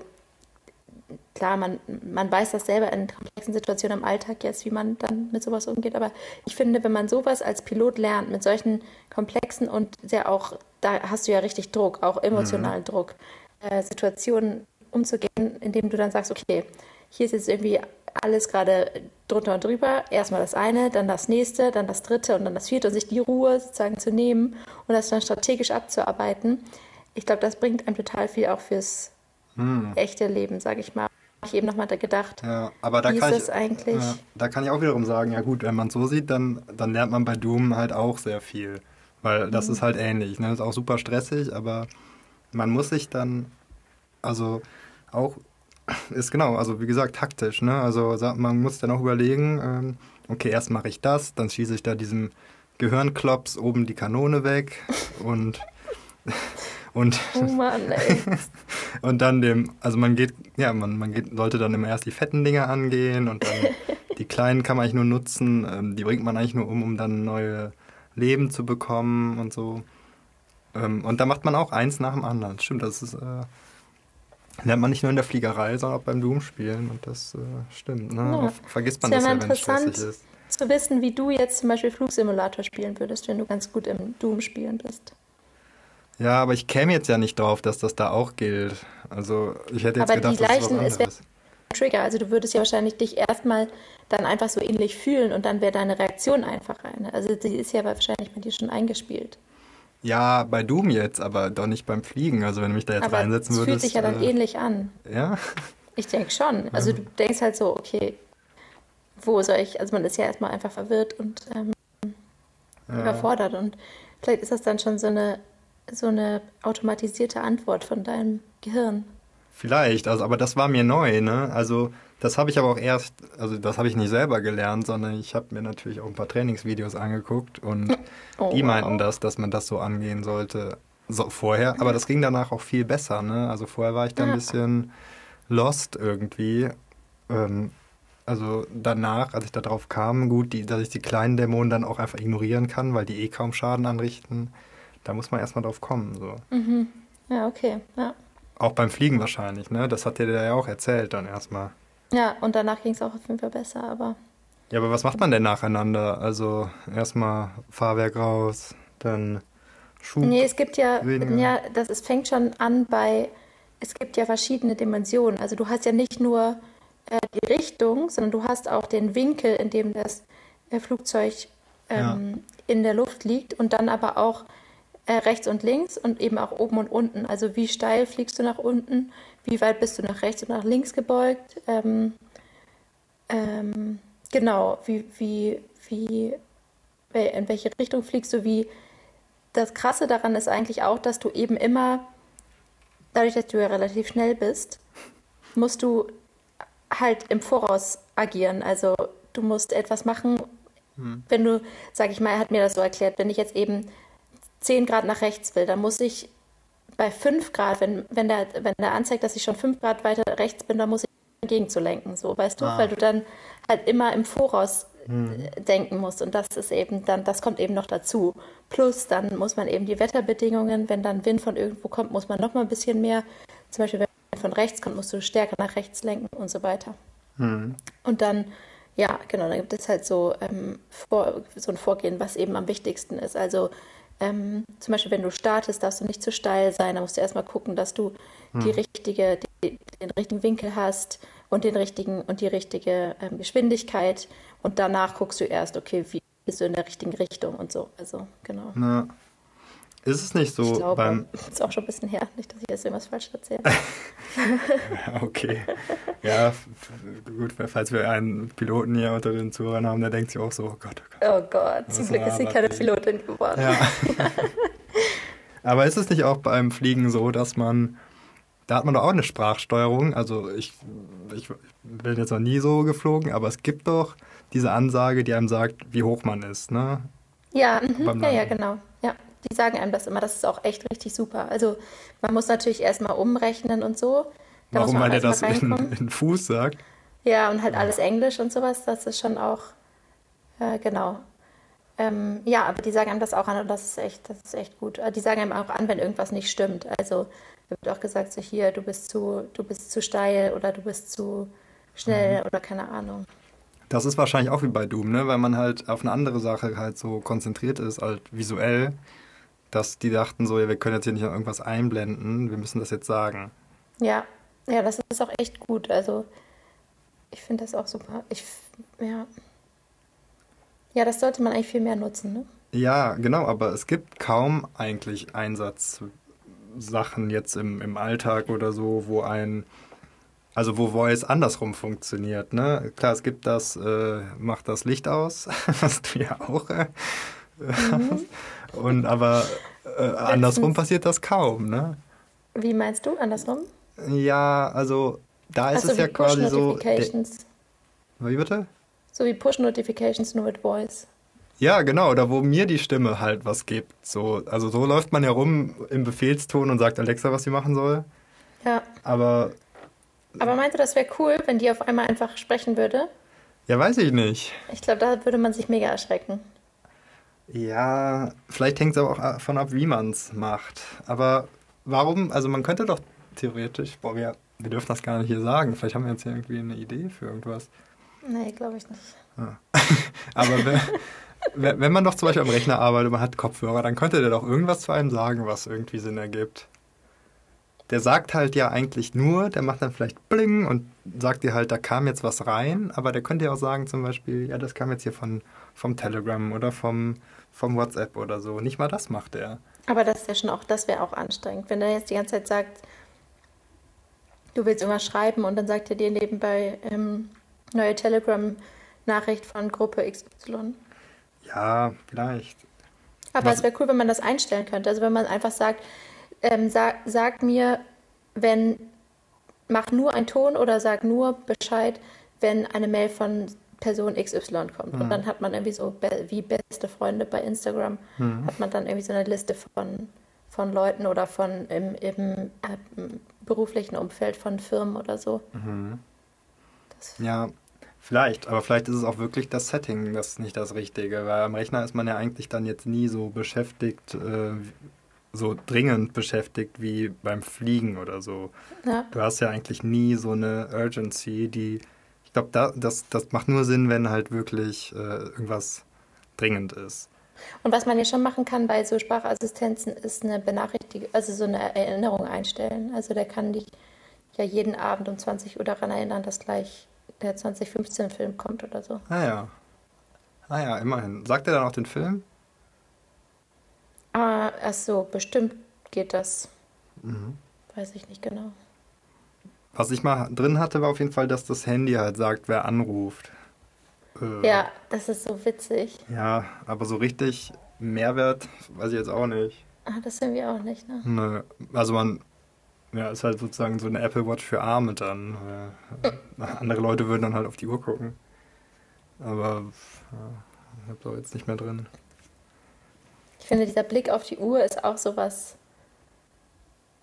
klar, man weiß das selber in komplexen Situationen im Alltag jetzt, wie man dann mit sowas umgeht. Aber ich finde, wenn man sowas als Pilot lernt, mit solchen komplexen und sehr auch, da hast du ja richtig Druck, auch emotionalen Druck, Situationen umzugehen, indem du dann sagst, okay, hier ist jetzt irgendwie alles gerade drunter und drüber. Erstmal das eine, dann das nächste, dann das dritte und dann das vierte und sich die Ruhe sozusagen zu nehmen und das dann strategisch abzuarbeiten. Ich glaube, das bringt einem total viel auch fürs echte Leben, sage ich mal. Habe ich eben nochmal gedacht, Ja, aber da wie kann ist ich, das eigentlich? da kann ich auch wiederum sagen, ja gut, wenn man es so sieht, dann lernt man bei Doom halt auch sehr viel. Weil das ist halt ähnlich, ne? Ist auch super stressig, aber man muss sich dann, also auch, ist genau, also wie gesagt, taktisch, ne? Also man muss dann auch überlegen, okay, erst mache ich das, dann schieße ich da diesem Gehirnklops oben die Kanone weg und, und Oh Mann, ey. und dann also man geht, ja, man geht, sollte dann immer erst die fetten Dinger angehen und dann die kleinen kann man eigentlich nur nutzen, die bringt man eigentlich nur um dann neue Leben zu bekommen und so. Und da macht man auch eins nach dem anderen. Stimmt, das ist, lernt man nicht nur in der Fliegerei, sondern auch beim Doom-Spielen und das stimmt, ne? Ja. Oft vergisst Es man wäre das mal ja, wenn es stressig interessant ist. zu wissen, wie du jetzt zum Beispiel Flugsimulator spielen würdest, wenn du ganz gut im Doom spielen bist. Ja, aber ich käme jetzt ja nicht drauf, dass das da auch gilt. Also ich hätte jetzt Aber die gedacht, das ist was gleichen, es wäre anderes. ein Trigger. Also du würdest ja wahrscheinlich dich erstmal dann einfach so ähnlich fühlen und dann wäre deine Reaktion einfach eine. Also die ist ja wahrscheinlich bei dir schon eingespielt. Ja, bei Doom jetzt, aber doch nicht beim Fliegen. Also wenn du mich da jetzt Aber reinsetzen es fühlt sich würdest, ja dann ähnlich an. ja. Ich denke schon. Also du denkst halt so, okay, wo soll ich, also man ist ja erstmal einfach verwirrt und Ja, überfordert und vielleicht ist das dann schon so eine automatisierte Antwort von deinem Gehirn. vielleicht, also, aber das war mir neu, ne? Also, das habe ich aber auch erst, also das habe ich nicht selber gelernt, sondern ich habe mir natürlich auch ein paar Trainingsvideos angeguckt und Oh, die meinten wow. das, dass man das so angehen sollte, so vorher, aber das ging danach auch viel besser, ne? Also vorher war ich da ein Ja, bisschen lost irgendwie. Ähm, also danach, als ich da drauf kam, gut, dass ich die kleinen Dämonen dann auch einfach ignorieren kann, weil die eh kaum Schaden anrichten, da muss man erstmal drauf kommen, so. ja, okay. Ja, Auch beim Fliegen wahrscheinlich, ne? Das hat dir der ja auch erzählt dann erstmal. ja und danach ging es auch auf jeden Fall besser, aber Ja, aber was macht man denn nacheinander? Also erstmal Fahrwerk raus, dann nee, Schub es gibt ja, weniger. ja, es fängt schon an bei, es gibt ja verschiedene Dimensionen. Also du hast ja nicht nur die Richtung, sondern du hast auch den Winkel, in dem das Flugzeug Ja, in der Luft liegt und dann aber auch rechts und links und eben auch oben und unten. Also wie steil fliegst du nach unten, wie weit bist du nach rechts und nach links gebeugt, genau, in welche Richtung fliegst du, wie. Das Krasse daran ist eigentlich auch, dass du eben immer, dadurch, dass du ja relativ schnell bist, musst du halt im Voraus agieren. Also du musst etwas machen, wenn du, sag ich mal, er hat mir das so erklärt, wenn ich jetzt eben 10 Grad nach rechts will, dann muss ich bei 5 Grad, wenn der anzeigt, dass ich schon 5 Grad weiter rechts bin, dann muss ich gegenzulenken, so, weißt du? Weil Ah. du dann halt immer im Voraus Hm. denken musst und das ist eben dann, das kommt eben noch dazu. Plus dann muss man eben die Wetterbedingungen, wenn dann Wind von irgendwo kommt, muss man noch mal ein bisschen mehr, zum Beispiel wenn von rechts kommt, musst du stärker nach rechts lenken und so weiter. Hm. Und dann, ja, genau, dann gibt es halt so ein Vorgehen, was eben am wichtigsten ist. Also zum Beispiel, wenn du startest, darfst du nicht zu steil sein. Da musst du erstmal gucken, dass du Hm. den richtigen Winkel hast und die richtige Geschwindigkeit. Und danach guckst du erst, okay, wie bist du in der richtigen Richtung und so. Also, genau. Na, ist es nicht Ich so glaube, beim... ist auch schon ein bisschen her, nicht, dass ich jetzt irgendwas falsch erzähle. Okay. Ja, gut, falls wir einen Piloten hier unter den Zuhörern haben, der denkt sich auch so, oh Gott, oh Gott, Oh Gott, zum was Glück ist sie labert keine die? Pilotin geworden. Ja. Aber ist es nicht auch beim Fliegen so, dass man, da hat man doch auch eine Sprachsteuerung, also ich bin jetzt noch nie so geflogen, aber es gibt doch diese Ansage, die einem sagt, wie hoch man ist, ne? Ja, Beim ja, ja, Landen. genau. Ja, die sagen einem das immer. Das ist auch echt richtig super. Also man muss natürlich erstmal umrechnen und so. Da muss Warum? man auch Weil der erstmal das reinkommen. in Fuß sagt? Ja, und halt alles Englisch und sowas. Das ist schon auch, genau. Ja, aber die sagen einem das auch an und das ist echt gut. Die sagen einem auch an, wenn irgendwas nicht stimmt. Also da wird auch gesagt, so hier, du bist zu steil oder du bist zu schnell oder keine Ahnung. Das ist wahrscheinlich auch wie bei Doom, ne? Weil man halt auf eine andere Sache halt so konzentriert ist, halt visuell, dass die dachten so, ja, wir können jetzt hier nicht noch irgendwas einblenden, wir müssen das jetzt sagen. Ja, ja, das ist auch echt gut. Also ich finde das auch super. Ja. Ja, das sollte man eigentlich viel mehr nutzen, ne? Ja, genau, aber es gibt kaum eigentlich Einsatzsachen jetzt im Alltag oder so, also wo Voice andersrum funktioniert, ne? Klar, es gibt macht das Licht aus, was du ja auch Mhm. hast. Aber andersrum Letztens, passiert das kaum, ne? wie meinst du, andersrum? Ja, also da ist Ach es so, wie ja quasi so, Push-Notifications. wie bitte? So wie Push-Notifications nur mit Voice. Ja, genau, oder wo mir die Stimme halt was gibt. So, also so läuft man ja rum im Befehlston und sagt Alexa, was sie machen soll. Ja. Aber Aber meinst du, das wäre cool, wenn die auf einmal einfach sprechen würde? ja, weiß ich nicht. Ich glaube, da würde man sich mega erschrecken. Ja, vielleicht hängt es aber auch davon ab, wie man es macht. Aber warum? Also man könnte doch theoretisch, boah, wir dürfen das gar nicht hier sagen. Vielleicht haben wir jetzt hier irgendwie eine Idee für irgendwas. Nee, glaube ich nicht. Ja. Aber wenn man doch zum Beispiel am Rechner arbeitet und man hat Kopfhörer, dann könnte der doch irgendwas zu einem sagen, was irgendwie Sinn ergibt. Der sagt halt ja eigentlich nur, der macht dann vielleicht Bling und sagt dir halt, da kam jetzt was rein, aber der könnte ja auch sagen zum Beispiel, ja, das kam jetzt hier vom Telegram oder vom WhatsApp oder so. Nicht mal das macht er. Aber das wäre auch anstrengend. Wenn er jetzt die ganze Zeit sagt, du willst irgendwas schreiben und dann sagt er dir nebenbei neue Telegram-Nachricht von Gruppe XY. Ja, vielleicht. Aber Was, es wäre cool, wenn man das einstellen könnte. Also wenn man einfach sagt, sag mir, wenn, mach nur einen Ton oder sag nur Bescheid, wenn eine Mail von Person XY kommt. Und hm, dann hat man irgendwie so wie beste Freunde bei Instagram, hm, hat man dann irgendwie so eine Liste von Leuten oder im beruflichen Umfeld von Firmen oder so. mhm. Das, Ja, vielleicht. Aber vielleicht ist es auch wirklich das Setting, das nicht das Richtige. Weil am Rechner ist man ja eigentlich dann jetzt nie so beschäftigt, so dringend beschäftigt wie beim Fliegen oder so. ja. Du hast ja eigentlich nie so eine Urgency, ich glaube, das macht nur Sinn, wenn halt wirklich irgendwas dringend ist. Und was man ja schon machen kann bei so Sprachassistenzen, ist eine Benachrichtigung, also so eine Erinnerung einstellen. Also der kann dich ja jeden Abend um 20 Uhr daran erinnern, dass gleich der 2015-Film kommt oder so. Ah ja, ah ja, immerhin. Sagt er dann auch den Film? Ach so, bestimmt geht das. Mhm. Weiß ich nicht genau. Was ich mal drin hatte, war auf jeden Fall, dass das Handy halt sagt, wer anruft. Ja, das ist so witzig. Ja, aber so richtig Mehrwert weiß ich jetzt auch nicht. Das sind wir auch nicht, ne? Nö. Also ja, ist halt sozusagen so eine Apple Watch für Arme dann. Andere Leute würden dann halt auf die Uhr gucken. Aber ja, ich hab da jetzt nicht mehr drin. Ich finde, dieser Blick auf die Uhr ist auch sowas,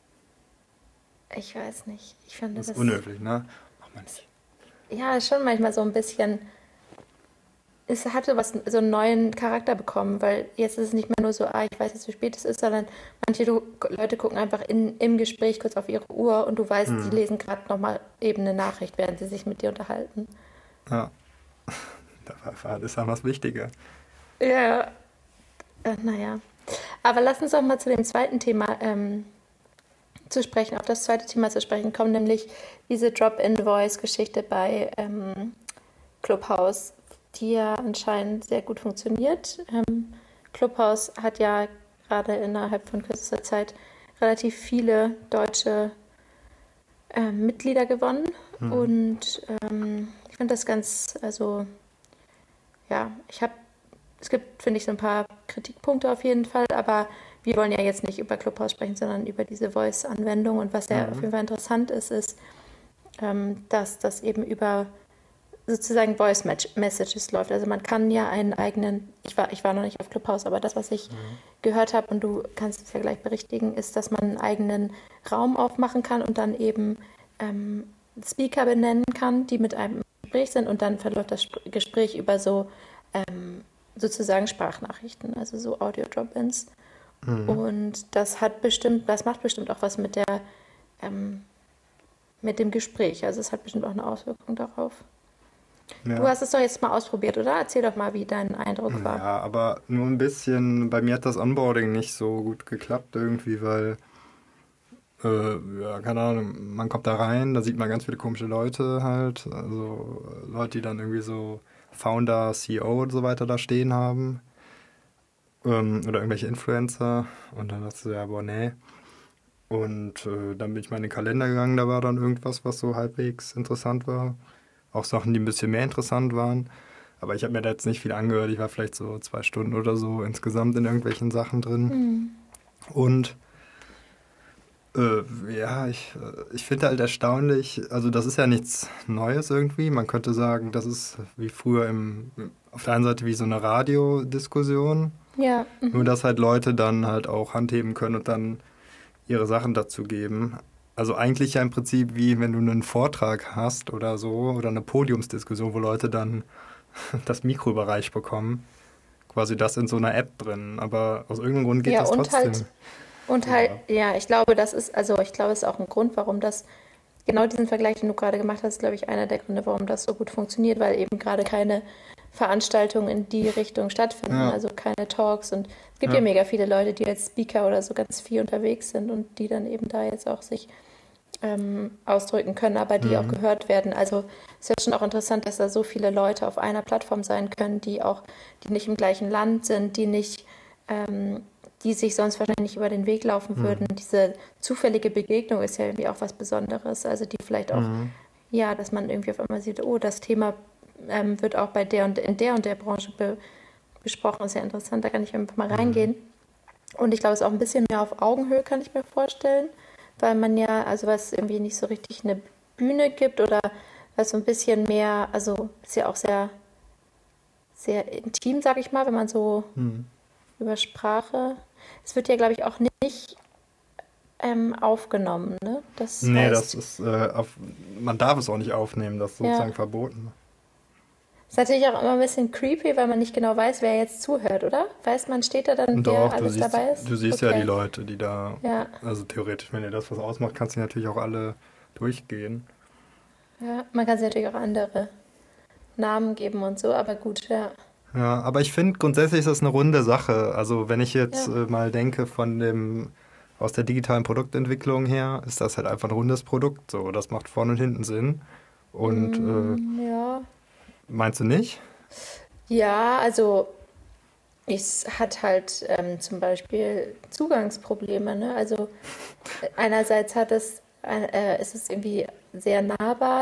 ich weiß nicht. Ich finde Das ist das, unhöflich, ne? Macht man nicht. ja, schon manchmal so ein bisschen, es hatte was, so einen neuen Charakter bekommen, weil jetzt ist es nicht mehr nur so, ich weiß jetzt, wie spät es ist, sondern manche Leute gucken einfach im Gespräch kurz auf ihre Uhr und du weißt, die Hm. lesen gerade nochmal eben eine Nachricht, während sie sich mit dir unterhalten. Ja, das ist dann was Wichtiger. Ja, naja. Aber lass uns auch mal zu dem zweiten Thema zu sprechen, auf das zweite Thema zu sprechen kommen, nämlich diese Drop-in-Voice-Geschichte bei Clubhouse, die ja anscheinend sehr gut funktioniert. Clubhouse hat ja gerade innerhalb von kürzester Zeit relativ viele deutsche Mitglieder gewonnen Hm. und ich finde das ganz, also ja, es gibt, finde ich, so ein paar Kritikpunkte auf jeden Fall, aber wir wollen ja jetzt nicht über Clubhouse sprechen, sondern über diese Voice-Anwendung. Und was ja auf Hm. jeden Fall interessant ist, ist, dass das eben über sozusagen Voice Messages läuft. Also man kann ja einen eigenen, ich war noch nicht auf Clubhouse, aber das, was ich Hm. gehört habe, und du kannst es ja gleich berichtigen, ist, dass man einen eigenen Raum aufmachen kann und dann eben Speaker benennen kann, die mit einem im Gespräch sind und dann verläuft das Gespräch über so sozusagen Sprachnachrichten, also so Audio-Drop-ins. Hm. Und das macht bestimmt auch was ähm, mit dem Gespräch. Also es hat bestimmt auch eine Auswirkung darauf. Du Ja. hast es doch jetzt mal ausprobiert, oder? Erzähl doch mal, wie dein Eindruck war. Ja, aber nur ein bisschen. Bei mir hat das Onboarding nicht so gut geklappt irgendwie, weil, ja, keine Ahnung, man kommt da rein, da sieht man ganz viele komische Leute halt. Also Leute, die dann irgendwie so Founder, CEO und so weiter da stehen haben. Oder irgendwelche Influencer. Und dann dachte ich so, ja, boah, nee. Und dann bin ich mal in den Kalender gegangen, da war dann irgendwas, was so halbwegs interessant war. Auch Sachen, die ein bisschen mehr interessant waren. Aber ich habe mir da jetzt nicht viel angehört. Ich war vielleicht so 2 Stunden oder so insgesamt in irgendwelchen Sachen drin. Hm. Und ja, ich finde halt erstaunlich, also das ist ja nichts Neues irgendwie. Man könnte sagen, das ist wie früher auf der einen Seite wie so eine Radiodiskussion. Ja, Nur, mhm. dass halt Leute dann halt auch handheben können und dann ihre Sachen dazu geben. Also eigentlich ja im Prinzip wie wenn du einen Vortrag hast oder so oder eine Podiumsdiskussion, wo Leute dann das Mikro überreicht bekommen. Quasi das in so einer App drin. Aber aus irgendeinem Grund geht Ja, das trotzdem. Ja. ja, ich glaube, ich glaube, es ist auch ein Grund, warum das, genau diesen Vergleich, den du gerade gemacht hast, ist, glaube ich, einer der Gründe, warum das so gut funktioniert, weil eben gerade keine Veranstaltungen in die Richtung stattfinden, Ja, also keine Talks. Und es gibt ja ja. mega viele Leute, die als Speaker oder so ganz viel unterwegs sind und die dann eben da jetzt auch sich ausdrücken können, aber die auch Mhm. gehört werden. Also es ist ja schon auch interessant, dass da so viele Leute auf einer Plattform sein können, die nicht im gleichen Land sind, ähm, die sich sonst wahrscheinlich nicht über den Weg laufen würden. Mhm. Diese zufällige Begegnung ist ja irgendwie auch was Besonderes. Also die vielleicht auch, Mhm. ja, dass man irgendwie auf einmal sieht, oh, das Thema wird auch bei der und der Branche besprochen, ist ja interessant, da kann ich einfach mal Mhm. reingehen. Und ich glaube, es ist auch ein bisschen mehr auf Augenhöhe, kann ich mir vorstellen, weil man ja, also weil es irgendwie nicht so richtig eine Bühne gibt oder weil es so ein bisschen mehr, also ist ja auch sehr, sehr intim, sag ich mal, wenn man so Mhm. über Sprache. Es wird ja, glaube ich, auch nicht aufgenommen, ne? Das Nee, das heißt, ist man darf es auch nicht aufnehmen, das ist ja, sozusagen verboten. ist natürlich auch immer ein bisschen creepy, weil man nicht genau weiß, wer jetzt zuhört, oder? Weiß man, steht da dann, Und wer doch, alles dabei ist? du siehst ja die Okay, Leute, die da, ja, also theoretisch, wenn dir das was ausmacht, kannst du natürlich auch alle durchgehen. ja. Man kann sich natürlich auch andere Namen geben und so, aber gut, ja. Ja, aber ich finde grundsätzlich ist das eine runde Sache. Also wenn ich jetzt Ja. mal denke aus der digitalen Produktentwicklung her, ist das halt einfach ein rundes Produkt. So, das macht vorne und hinten Sinn. Und Ja. meinst du nicht? Ja, also es hat halt zum Beispiel Zugangsprobleme, ne? Also einerseits ist es irgendwie sehr nahbar,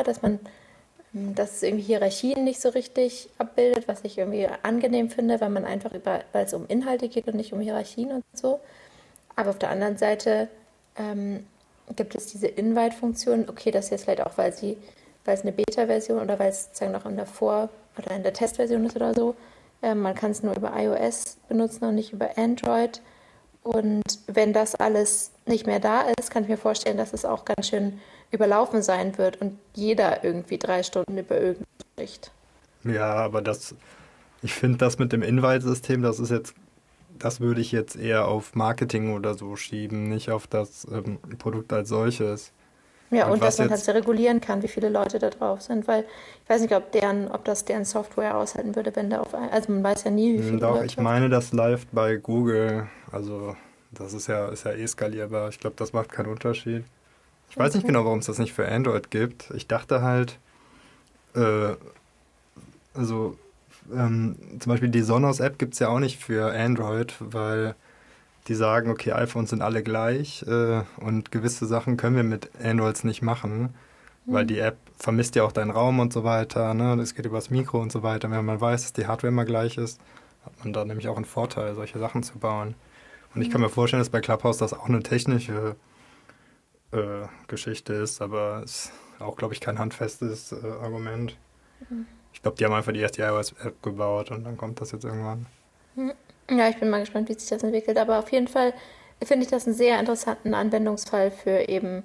dass es irgendwie Hierarchien nicht so richtig abbildet, was ich irgendwie angenehm finde, weil man einfach weil es um Inhalte geht und nicht um Hierarchien und so. Aber auf der anderen Seite ähm, gibt es diese Invite-Funktion. Okay, das ist jetzt vielleicht auch, weil es eine Beta-Version oder weil es sozusagen noch in der oder in der Testversion ist oder so. Man kann es nur über iOS benutzen und nicht über Android. Und wenn das alles nicht mehr da ist, kann ich mir vorstellen, dass es auch ganz schön überlaufen sein wird und jeder irgendwie 3 Stunden über irgendwas spricht. Ja, aber ich finde das mit dem Invite-System, das würde ich jetzt eher auf Marketing oder so schieben, nicht auf das Produkt als solches. Ja, Und und dass was man halt jetzt, sehr regulieren kann, wie viele Leute da drauf sind, weil ich weiß nicht, ob das deren Software aushalten würde, wenn da also man weiß ja nie, wie viele doch, ich Leute. meine, das läuft bei Google, also das ist ja eh skalierbar. Ich glaube, das macht keinen Unterschied. Ich weiß nicht Okay. genau, warum es das nicht für Android gibt. Ich dachte halt, äh, also zum Beispiel die Sonos-App gibt es ja auch nicht für Android, weil die sagen, okay, iPhones sind alle gleich und gewisse Sachen können wir mit Androids nicht machen, weil Hm. die App vermisst ja auch deinen Raum und so weiter, ne? Das geht übers Mikro und so weiter. Wenn man weiß, dass die Hardware immer gleich ist, hat man da nämlich auch einen Vorteil, solche Sachen zu bauen. Und ich kann mir vorstellen, dass bei Clubhouse das auch eine technische Geschichte ist, aber es ist auch, glaube ich, kein handfestes Argument. Ich glaube, die haben einfach die erste iOS-App gebaut und dann kommt das jetzt irgendwann. Hm. Ja, ich bin mal gespannt, wie sich das entwickelt. Aber auf jeden Fall finde ich das einen sehr interessanten Anwendungsfall für eben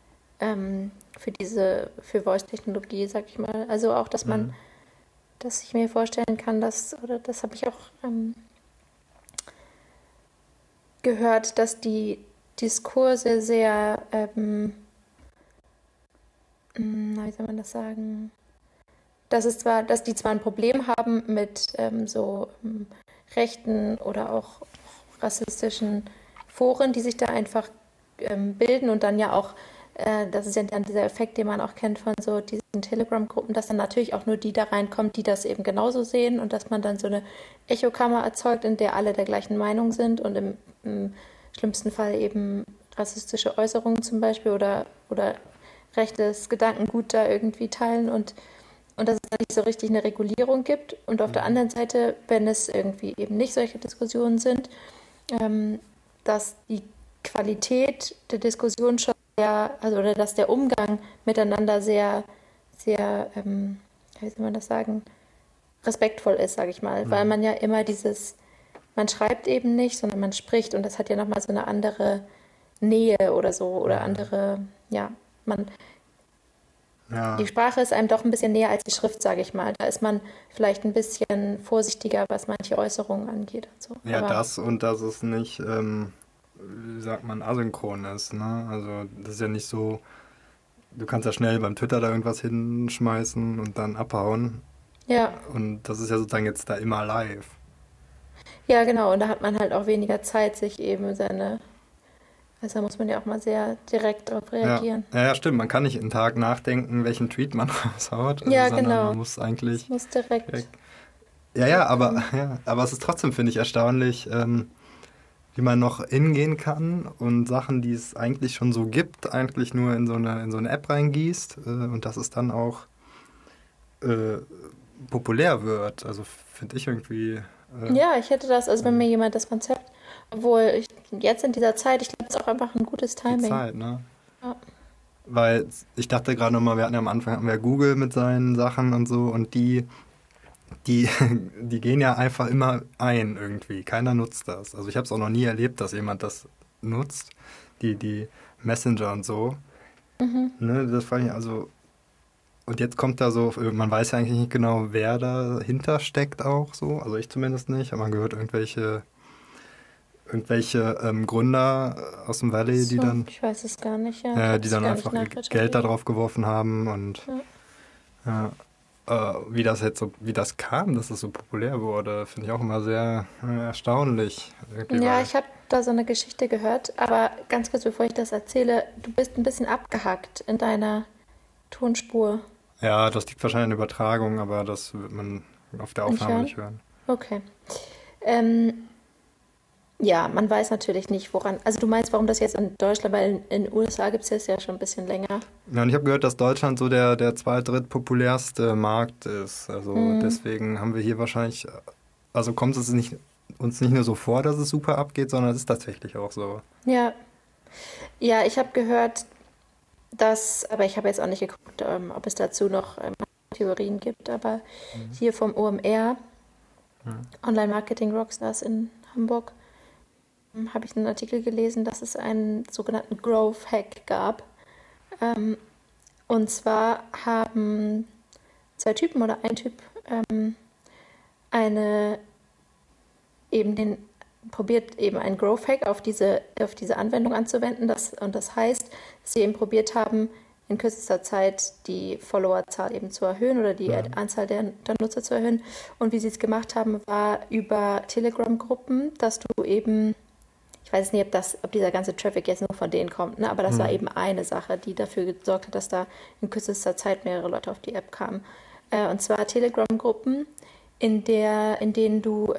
für Voice-Technologie, sag ich mal. Also auch, Mhm. dass ich mir vorstellen kann, oder das habe ich auch gehört, dass die Diskurse sehr, wie soll man das sagen? Dass die zwar ein Problem haben mit rechten oder auch rassistischen Foren, die sich da einfach bilden und dann ja auch, das ist ja dann dieser Effekt, den man auch kennt von so diesen Telegram-Gruppen, dass dann natürlich auch nur die da reinkommen, die das eben genauso sehen und dass man dann so eine Echokammer erzeugt, in der alle der gleichen Meinung sind und im schlimmsten Fall eben rassistische Äußerungen zum Beispiel oder rechtes Gedankengut da irgendwie teilen und dass es da nicht so richtig eine Regulierung gibt. Und auf der Mhm. anderen Seite, wenn es irgendwie eben nicht solche Diskussionen sind, ähm, dass die Qualität der Diskussion schon sehr, also oder dass der Umgang miteinander sehr, sehr, wie soll man das sagen, respektvoll ist, sage ich mal, weil Mhm. man ja immer man schreibt eben nicht, sondern man spricht und das hat ja nochmal so eine andere Nähe oder so oder Mhm. andere, ja, die Ja, Sprache ist einem doch ein bisschen näher als die Schrift, sage ich mal. Da ist man vielleicht ein bisschen vorsichtiger, was manche Äußerungen angeht und so. ja, Aber das und dass es nicht, wie sagt man, asynchron ist, ne? Also das ist ja nicht so, du kannst ja schnell beim Twitter da irgendwas hinschmeißen und dann abhauen. ja, Und das ist ja sozusagen jetzt da immer live. ja, genau. Und da hat man halt auch weniger Zeit, also da muss man ja auch mal sehr direkt darauf Ja, reagieren. ja, ja, stimmt. Man kann nicht einen Tag nachdenken, welchen Tweet man raushaut, Ja, sondern man genau. muss Es eigentlich muss direkt, direkt. Ja, ja, direkt kommen. aber es ist trotzdem, finde ich, erstaunlich, wie man noch hingehen kann und Sachen, die es eigentlich schon so gibt, eigentlich nur in so eine App reingießt und dass es dann auch äh, populär wird. Also finde ich irgendwie Ja, ich hätte das, also wenn also mir jemand das Konzept, obwohl ich jetzt in dieser Zeit, ich glaube, es ist auch einfach ein gutes die Timing. Zeit, ne? Ja, Weil ich dachte gerade nochmal, wir hatten ja am Anfang hatten wir Google mit seinen Sachen und so und die, die gehen ja einfach immer ein irgendwie. Keiner nutzt das. Also ich habe es auch noch nie erlebt, dass jemand das nutzt. Die Messenger und so. Ne, das fand ich also. Und jetzt kommt da so, man weiß ja eigentlich nicht genau, wer dahinter steckt auch so. Also ich zumindest nicht. Aber man gehört irgendwelche Gründer aus dem Valley, die so, dann, ich weiß es gar nicht, ja, ich habe die es dann gar nicht einfach ihr Geld da nachrecherchiert. drauf geworfen haben und Ja. ja, wie das jetzt so, wie das kam, dass es so populär wurde, finde ich auch immer sehr erstaunlich. Irgendwie, Ja, weil, ich habe da so eine Geschichte gehört, aber ganz kurz, bevor ich das erzähle, du bist ein bisschen abgehackt in deiner Tonspur. ja, das liegt wahrscheinlich an der Übertragung, aber das wird man auf der Nicht Aufnahme hören? nicht hören. Okay. Ähm, ja, man weiß natürlich nicht, woran. Also du meinst, warum das jetzt in Deutschland, weil in den USA gibt es das ja schon ein bisschen länger. Ja, und ich habe gehört, dass Deutschland so der drittpopulärste Markt ist. Also Hm, deswegen haben wir hier wahrscheinlich, also kommt es nicht, uns nicht nur so vor, dass es super abgeht, sondern es ist tatsächlich auch so. ja, ja, ich habe gehört, aber ich habe jetzt auch nicht geguckt, ob es dazu noch Theorien gibt, aber Mhm. hier vom OMR, Ja. Online Marketing Rockstars in Hamburg, habe ich einen Artikel gelesen, dass es einen sogenannten Growth Hack gab. Ähm, und zwar haben zwei Typen oder ein Typ eine eben den probiert eben einen Growth Hack auf diese Anwendung anzuwenden. Und das heißt, dass sie eben probiert haben, in kürzester Zeit die Followerzahl eben zu erhöhen oder die Anzahl der Nutzer zu erhöhen. Und wie sie es gemacht haben, war über Telegram-Gruppen, dass du eben, ich weiß nicht, ob dieser ganze Traffic jetzt nur von denen kommt, ne? Aber das war eben eine Sache, die dafür gesorgt hat, dass da in kürzester Zeit mehrere Leute auf die App kamen. Und zwar Telegram-Gruppen, in denen du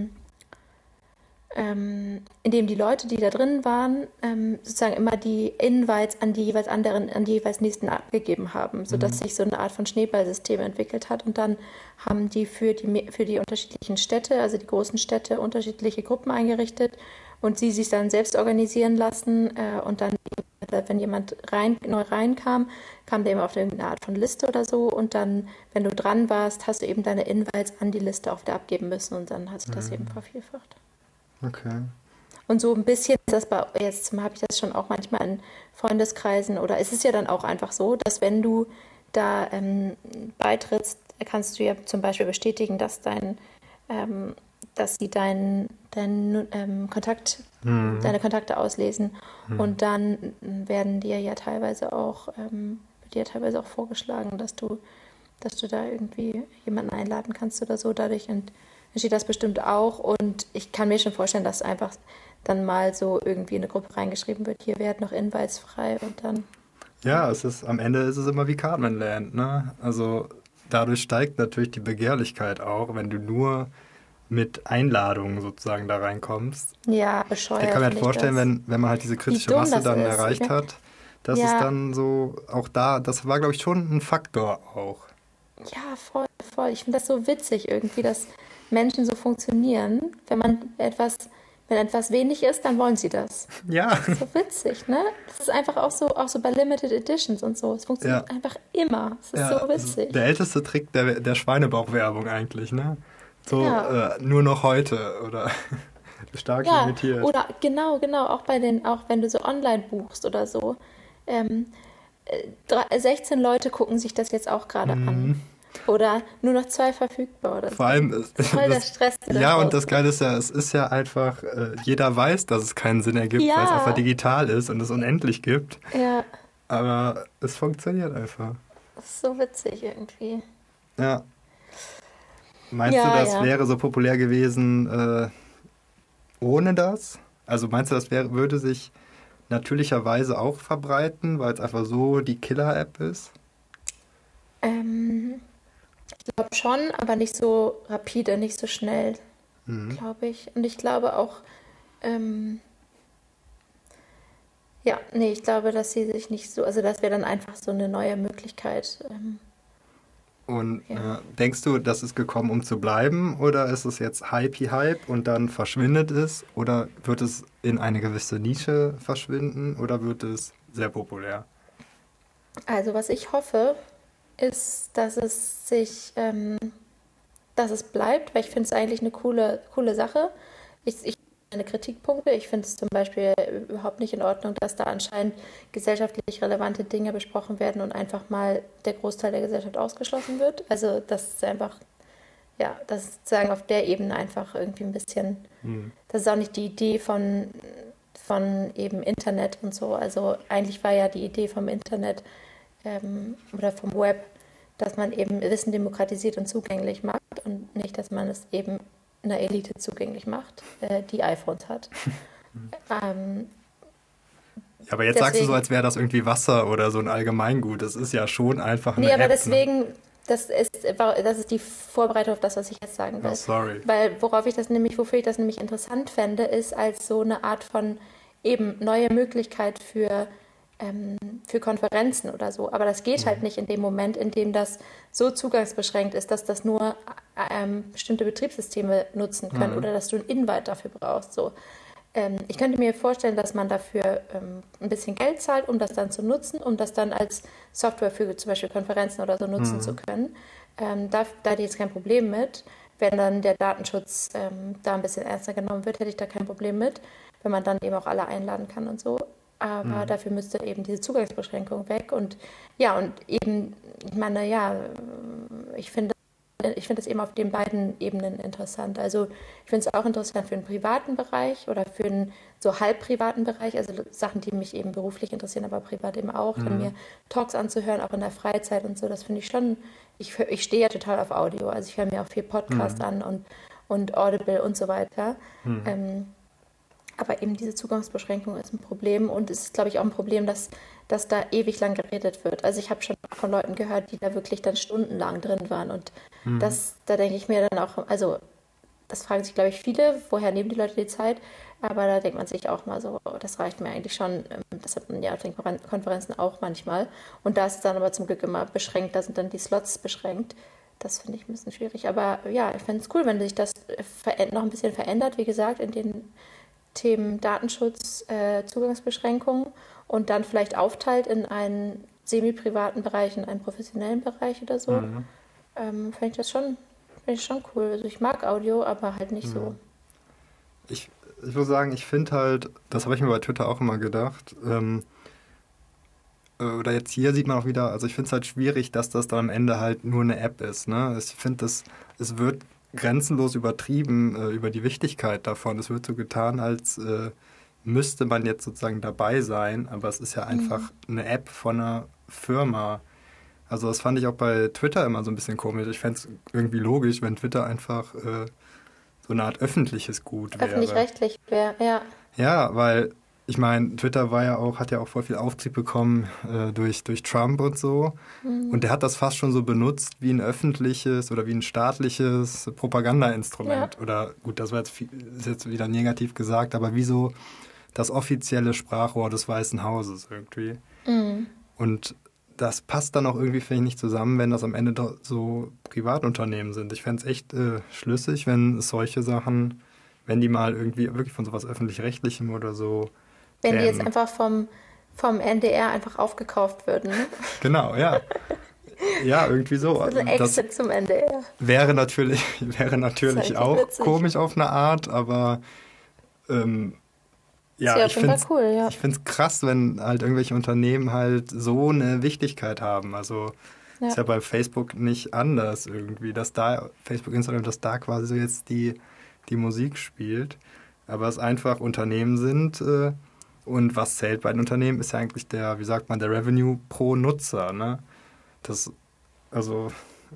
in dem die Leute, die da drin waren, sozusagen immer die Invites an die jeweils nächsten abgegeben haben, sodass sich so eine Art von Schneeballsystem entwickelt hat. Und dann haben die für die unterschiedlichen Städte, also die großen Städte, unterschiedliche Gruppen eingerichtet und sie sich dann selbst organisieren lassen. Und dann, wenn jemand neu reinkam, kam der immer auf eine Art von Liste oder so. Und dann, wenn du dran warst, hast du eben deine Invites an die Liste auch wieder abgeben müssen. Und dann hat sich das eben vervielfacht. Okay. Und so ein bisschen ist das jetzt habe ich das schon auch manchmal in Freundeskreisen oder es ist ja dann auch einfach so, dass wenn du da beitrittst, kannst du ja zum Beispiel bestätigen, dass dass sie deine Kontakte auslesen und dann werden dir ja teilweise wird dir teilweise auch vorgeschlagen, dass du da irgendwie jemanden einladen kannst oder so. Dadurch entsteht das bestimmt auch und ich kann mir schon vorstellen, dass einfach dann mal so irgendwie in eine Gruppe reingeschrieben wird, hier werden noch Invites frei und dann. Ja, am Ende ist es immer wie Cartman Land, ne? Also dadurch steigt natürlich die Begehrlichkeit auch, wenn du nur mit Einladungen sozusagen da reinkommst. Ja, Ich bescheuert kann mir halt finde ich vorstellen, das. wenn man halt diese Wie kritische dumm Masse das dann ist. erreicht hat, dass es Ja, dann so auch da, das war glaube ich schon ein Faktor auch. ja, voll, voll. Ich finde das so witzig irgendwie, dass Menschen so funktionieren. Wenn etwas wenig ist, dann wollen sie das. Ja, Das ist so witzig, ne? Das ist einfach auch so bei Limited Editions und so. Es ja, funktioniert einfach immer. Es ist ja. so Das ist der witzig. älteste Trick der Schweinebauchwerbung eigentlich, ne? So, Ja, nur noch heute oder stark ja. limitiert. Oder genau, auch wenn du so online buchst oder so. Ähm, 16 Leute gucken sich das jetzt auch gerade an. Mhm. Oder nur noch 2 verfügbar oder Vor so. allem, Das ist voll der das, Stress, der ja, da und das rausgeht. Geile ist ja, es ist ja einfach, jeder weiß, dass es keinen Sinn ergibt, weil es einfach Ja, digital ist und es unendlich gibt. ja, Aber es funktioniert einfach. das ist so witzig irgendwie. Ja. Meinst du, Ja, das ja. wäre so populär gewesen, ohne das? Also meinst du, würde sich natürlicherweise auch verbreiten, weil es einfach so die Killer-App ist? Ähm, Ich glaube schon, aber nicht so rapide, nicht so schnell, Mhm. glaube ich. Und ich glaube auch, ähm, ja, nee, ich glaube, dass sie sich nicht so, also das wäre dann einfach so eine neue Möglichkeit. Und Ja. denkst du, das ist gekommen, um zu bleiben? Oder ist es jetzt Hype und dann verschwindet es? Oder wird es in eine gewisse Nische verschwinden? Oder wird es sehr populär? Also was ich hoffe, ist, dass es bleibt, weil ich finde es eigentlich eine coole Sache. Ich meine Kritikpunkte. Ich finde es zum Beispiel überhaupt nicht in Ordnung, dass da anscheinend gesellschaftlich relevante Dinge besprochen werden und einfach mal der Großteil der Gesellschaft ausgeschlossen wird. Also das ist einfach, ja, das ist sozusagen auf der Ebene einfach irgendwie ein bisschen, Hm. das ist auch nicht die Idee von eben Internet und so. Also eigentlich war ja die Idee vom Internet oder vom Web, dass man eben Wissen demokratisiert und zugänglich macht und nicht, dass man es eben einer Elite zugänglich macht, die iPhones hat. Ähm, Ja, aber jetzt sagst du so, deswegen, als wäre das irgendwie Wasser oder so ein Allgemeingut. Das ist ja schon einfach nee, eine aber App, ne? deswegen, das ist die Vorbereitung auf das, was ich jetzt sagen Oh, will. sorry. Weil wofür ich das nämlich interessant fände, ist als so eine Art von eben neue Möglichkeit für Konferenzen oder so. Aber das geht halt Mhm. nicht in dem Moment, in dem das so zugangsbeschränkt ist, dass das nur bestimmte Betriebssysteme nutzen können Mhm. oder dass du ein Invite dafür brauchst. So. Ich könnte mir vorstellen, dass man dafür ein bisschen Geld zahlt, um das dann zu nutzen, um das dann als Software für zum Beispiel Konferenzen oder so nutzen zu Mhm. können. Da hätte ich jetzt kein Problem mit. Wenn dann der Datenschutz da ein bisschen ernster genommen wird, hätte ich da kein Problem mit. wenn man dann eben auch alle einladen kann und so. Aber dafür müsste eben diese Zugangsbeschränkung weg. Und ja, und eben, ich meine, ja, ich finde das eben auf den beiden Ebenen interessant. Also ich finde es auch interessant für einen privaten Bereich oder für einen so halb privaten Bereich, also Sachen, die mich eben beruflich interessieren, aber privat eben auch, dann mir Talks anzuhören, auch in der Freizeit und so, das finde ich schon, ich stehe ja total auf Audio, also ich höre mir auch viel Podcast an und Audible und so weiter. Aber eben diese Zugangsbeschränkung ist ein Problem und es ist, glaube ich, auch ein Problem, dass da ewig lang geredet wird. Also ich habe schon von Leuten gehört, die da wirklich dann stundenlang drin waren und da denke ich mir dann auch, also das fragen sich, glaube ich, viele, woher nehmen die Leute die Zeit? Aber da denkt man sich auch mal so, oh, das reicht mir eigentlich schon. Das hat man ja auf den Konferenzen auch manchmal. Und da ist es dann aber zum Glück immer beschränkt, da sind dann die Slots beschränkt. Das finde ich ein bisschen schwierig. Aber ja, ich fände es cool, wenn sich das noch ein bisschen verändert, wie gesagt, in den Themen Datenschutz, Zugangsbeschränkungen und dann vielleicht aufteilt in einen semi-privaten Bereich, in einen professionellen Bereich oder so. Fände ich schon cool. Also ich mag Audio, aber halt nicht so. Ich, ich muss sagen, ich finde halt, das habe ich mir bei Twitter auch immer gedacht, oder jetzt hier sieht man auch wieder, also ich finde es halt schwierig, dass das dann am Ende halt nur eine App ist, ne? Ich finde, es wird grenzenlos übertrieben über die Wichtigkeit davon. Es wird so getan, als müsste man jetzt sozusagen dabei sein, aber es ist ja einfach eine App von einer Firma. Also das fand ich auch bei Twitter immer so ein bisschen komisch. Ich fände es irgendwie logisch, wenn Twitter einfach so eine Art öffentliches Gut wäre. Öffentlich-rechtlich wäre, ja. Ja, weil ich meine, Twitter hat ja auch voll viel Auftrieb bekommen durch Trump und so. Und der hat das fast schon so benutzt wie ein öffentliches oder wie ein staatliches Propagandainstrument. Ja. Oder gut, das war ist jetzt wieder negativ gesagt, aber wie so das offizielle Sprachrohr des Weißen Hauses irgendwie. Und das passt dann auch irgendwie, finde ich, nicht zusammen, wenn das am Ende doch so Privatunternehmen sind. Ich fände es echt schlüssig, wenn solche Sachen, wenn die mal irgendwie wirklich von sowas Öffentlich-Rechtlichem oder so Wenn die jetzt kämen. einfach vom NDR einfach aufgekauft würden, ne? Genau, ja. Ja, irgendwie so. So ein Das Exit zum NDR. wäre natürlich, wäre Das ist natürlich richtig auch witzig. komisch auf eine Art, aber ähm, Ist ja, ja ich auf jeden finde Fall cool, ja. ich find's krass, wenn halt irgendwelche Unternehmen halt so eine Wichtigkeit haben. Also ist Ja. ja bei Facebook nicht anders irgendwie, dass da Facebook, Instagram, dass da quasi so jetzt die Musik spielt. Aber es einfach Unternehmen sind und was zählt bei den Unternehmen ist ja eigentlich wie sagt man, der Revenue pro Nutzer, ne? Das, also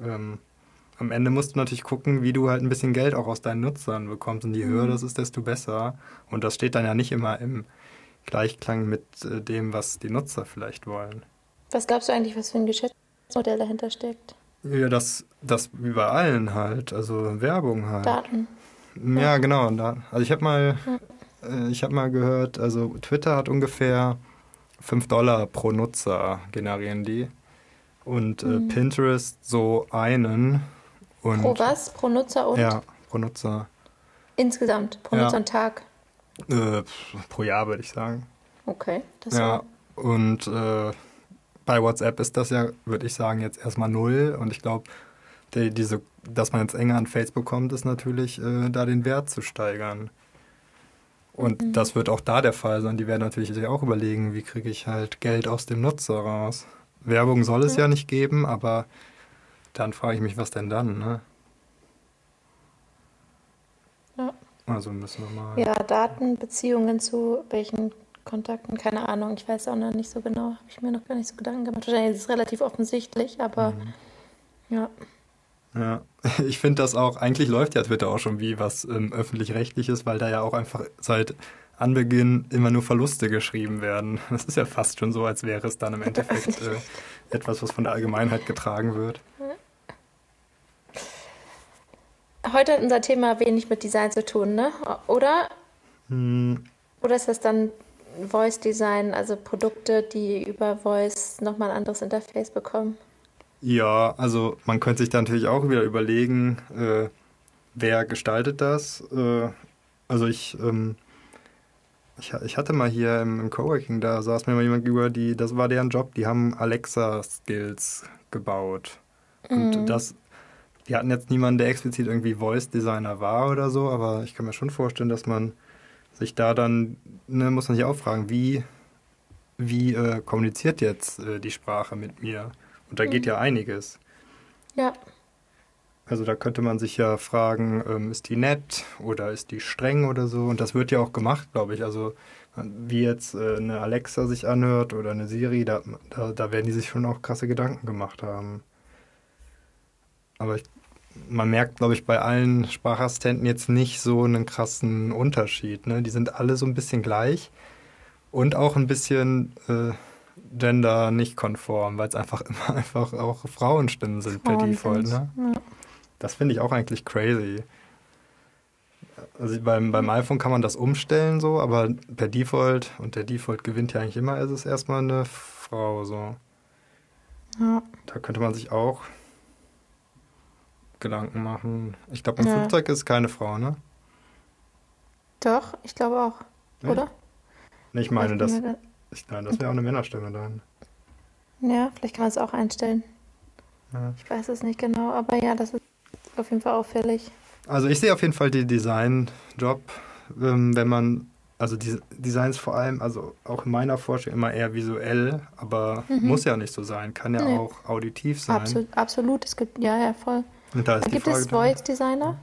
am Ende musst du natürlich gucken, wie du halt ein bisschen Geld auch aus deinen Nutzern bekommst. Und je höher das ist, desto besser. Und das steht dann ja nicht immer im Gleichklang mit dem, was die Nutzer vielleicht wollen. Was glaubst du eigentlich, was für ein Geschäftsmodell dahinter steckt? Ja, das wie bei allen halt, also Werbung halt. Daten. Ja, genau. Also ich hab mal gehört, also Twitter hat ungefähr $5 pro Nutzer generieren die. Und Pinterest so einen. Pro Und was? Pro Nutzer und ja, pro Nutzer. insgesamt? Pro Ja, Nutzer und Tag? pro Jahr würde ich sagen. Okay, das Ja, war. und bei WhatsApp ist das ja, würde ich sagen, jetzt erstmal null. Und ich glaube, dass man jetzt enger an Facebook kommt, ist natürlich, da den Wert zu steigern. Und das wird auch da der Fall sein. Die werden natürlich sich auch überlegen, wie kriege ich halt Geld aus dem Nutzer raus. Werbung soll es ja nicht geben, aber dann frage ich mich, was denn dann, ne? Ja. Also müssen wir mal. Ja, Daten, Beziehungen zu welchen Kontakten, keine Ahnung. Ich weiß auch noch nicht so genau. Habe ich mir noch gar nicht so Gedanken gemacht. Wahrscheinlich ist es relativ offensichtlich, aber ja. Ja, ich finde das auch, eigentlich läuft ja Twitter auch schon wie was öffentlich-rechtliches, weil da ja auch einfach seit Anbeginn immer nur Verluste geschrieben werden. Das ist ja fast schon so, als wäre es dann im Endeffekt etwas, was von der Allgemeinheit getragen wird. Heute hat unser Thema wenig mit Design zu tun, ne? Oder? Hm, Oder ist das dann Voice Design, also Produkte, die über Voice nochmal ein anderes Interface bekommen? ja, also man könnte sich da natürlich auch wieder überlegen, wer gestaltet das. Also ich hatte mal hier im Coworking, da saß mir mal jemand gegenüber, das war deren Job, die haben Alexa-Skills gebaut. Und die hatten jetzt niemanden, der explizit irgendwie Voice-Designer war oder so, aber ich kann mir schon vorstellen, dass man sich da dann, ne, muss man sich auch fragen, wie kommuniziert jetzt die Sprache mit mir? Und da geht ja einiges. Ja. Also da könnte man sich ja fragen, ist die nett oder ist die streng oder so? Und das wird ja auch gemacht, glaube ich. Also wie jetzt eine Alexa sich anhört oder eine Siri, da werden die sich schon auch krasse Gedanken gemacht haben. Aber man merkt, glaube ich, bei allen Sprachassistenten jetzt nicht so einen krassen Unterschied. Ne? Die sind alle so ein bisschen gleich und auch ein bisschen gender nicht konform, weil es einfach immer einfach auch Frauenstimmen sind per Frauen Default. sind. Ne? Ja. Das finde ich auch eigentlich crazy. Also beim iPhone kann man das umstellen so, aber per Default, und der Default gewinnt ja eigentlich immer, ist es erstmal eine Frau so. Ja. Da könnte man sich auch Gedanken machen. Ich glaube, im Ja. Flugzeug ist keine Frau, ne? Doch, ich glaube auch. Nee? Oder? Nee, ich meine, Vielleicht das, können nein, das wäre auch eine Männerstimme dann. ja, vielleicht kann man es auch einstellen. Ja. Ich weiß es nicht genau, aber ja, das ist auf jeden Fall auffällig. Also ich sehe auf jeden Fall den Design-Job, wenn man, also die Designs vor allem, also auch in meiner Forschung immer eher visuell, aber muss ja nicht so sein, kann ja Nee. auch auditiv sein. Absolut, es gibt, ja, voll. Und da ist die Gibt Frage es dann, Voice Designer?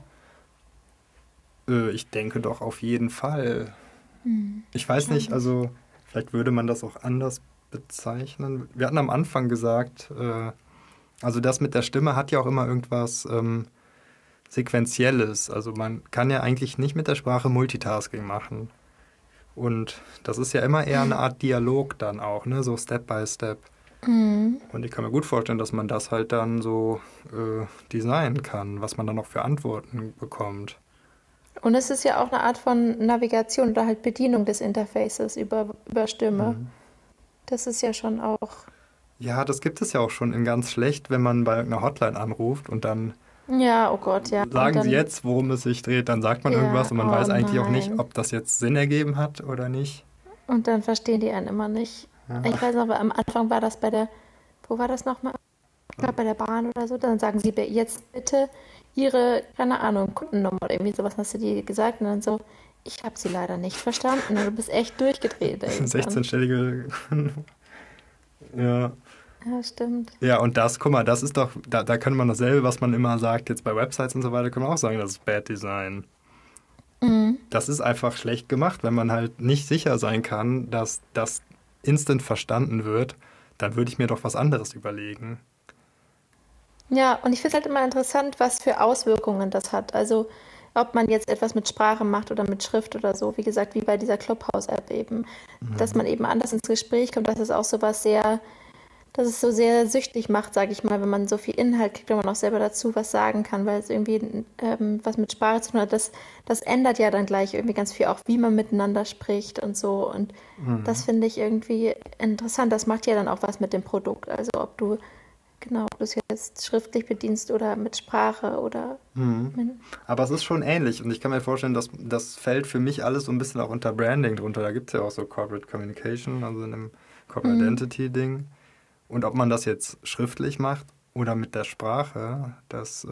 ich denke doch auf jeden Fall. Ich weiß nicht, also vielleicht würde man das auch anders bezeichnen. Wir hatten am Anfang gesagt, also das mit der Stimme hat ja auch immer irgendwas Sequenzielles. Also man kann ja eigentlich nicht mit der Sprache Multitasking machen. Und das ist ja immer eher eine Art Dialog dann auch, ne? So Step by Step. Und ich kann mir gut vorstellen, dass man das halt dann so designen kann, was man dann noch für Antworten bekommt. Und es ist ja auch eine Art von Navigation oder halt Bedienung des Interfaces über Stimme. Das ist ja schon auch. Ja, das gibt es ja auch schon in ganz schlecht, wenn man bei einer Hotline anruft und dann Ja, oh Gott, ja. Und sagen dann, sie jetzt, worum es sich dreht, dann sagt man ja, irgendwas und man oh weiß eigentlich auch nicht, nein. ob das jetzt Sinn ergeben hat oder nicht. Und dann verstehen die einen immer nicht. Ja. Ich weiß noch, aber am Anfang war das wo war das nochmal? Ich glaube bei der Bahn oder so. Dann sagen sie jetzt bitte ihre, keine Ahnung, Kundennummer oder irgendwie sowas hast du dir gesagt. Und dann so, ich habe sie leider nicht verstanden. Und du bist echt durchgedreht irgendwann. 16-stellige. Ja. Ja, stimmt. Ja, und das, guck mal, das ist doch, da kann man dasselbe, was man immer sagt, jetzt bei Websites und so weiter, kann man auch sagen, das ist Bad Design. Das ist einfach schlecht gemacht, wenn man halt nicht sicher sein kann, dass das instant verstanden wird, dann würde ich mir doch was anderes überlegen. Ja, und ich finde es halt immer interessant, was für Auswirkungen das hat. Also, ob man jetzt etwas mit Sprache macht oder mit Schrift oder so. Wie gesagt, wie bei dieser Clubhouse-App eben. Dass man eben anders ins Gespräch kommt, dass es auch so was dass es so sehr süchtig macht, sage ich mal, wenn man so viel Inhalt kriegt, wenn man auch selber dazu was sagen kann, weil es irgendwie was mit Sprache zu tun hat. Das ändert ja dann gleich irgendwie ganz viel, auch wie man miteinander spricht und so. Und das finde ich irgendwie interessant. Das macht ja dann auch was mit dem Produkt. Also ob du es jetzt schriftlich bedienst oder mit Sprache oder Aber es ist schon ähnlich und ich kann mir vorstellen, dass das fällt für mich alles so ein bisschen auch unter Branding drunter. Da gibt es ja auch so Corporate Communication, also in einem Corporate Identity-Ding. Und ob man das jetzt schriftlich macht oder mit der Sprache, das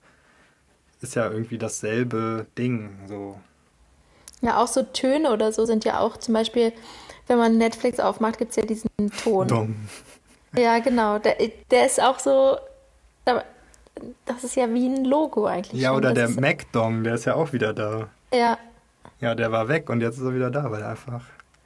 ist ja irgendwie dasselbe Ding. So. ja, auch so Töne oder so sind ja auch zum Beispiel, wenn man Netflix aufmacht, gibt es ja diesen Ton. Dumm. Ja, genau. Der ist auch so, aber das ist ja wie ein Logo eigentlich Ja, schon. oder Das der ist, Mac-Dong, der ist ja auch wieder da. ja, Ja, der war weg und jetzt ist er wieder da, weil er einfach.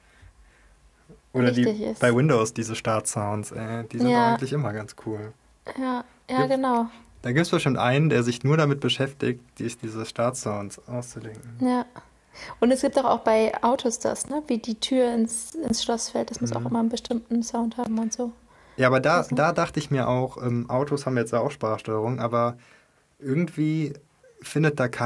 Oder richtig ist. bei Windows diese Start-Sounds, die sind doch Ja, eigentlich immer ganz cool. ja, Gibt, genau. Da gibt es bestimmt einen, der sich nur damit beschäftigt, diese Start-Sounds auszudenken. Ja. Und es gibt auch bei Autos das, ne? Wie die Tür ins Schloss fällt. Das muss auch immer einen bestimmten Sound haben und so. Ja, aber da, Das, ne? da dachte ich mir auch, Autos haben jetzt ja auch Sprachsteuerung, aber irgendwie findet da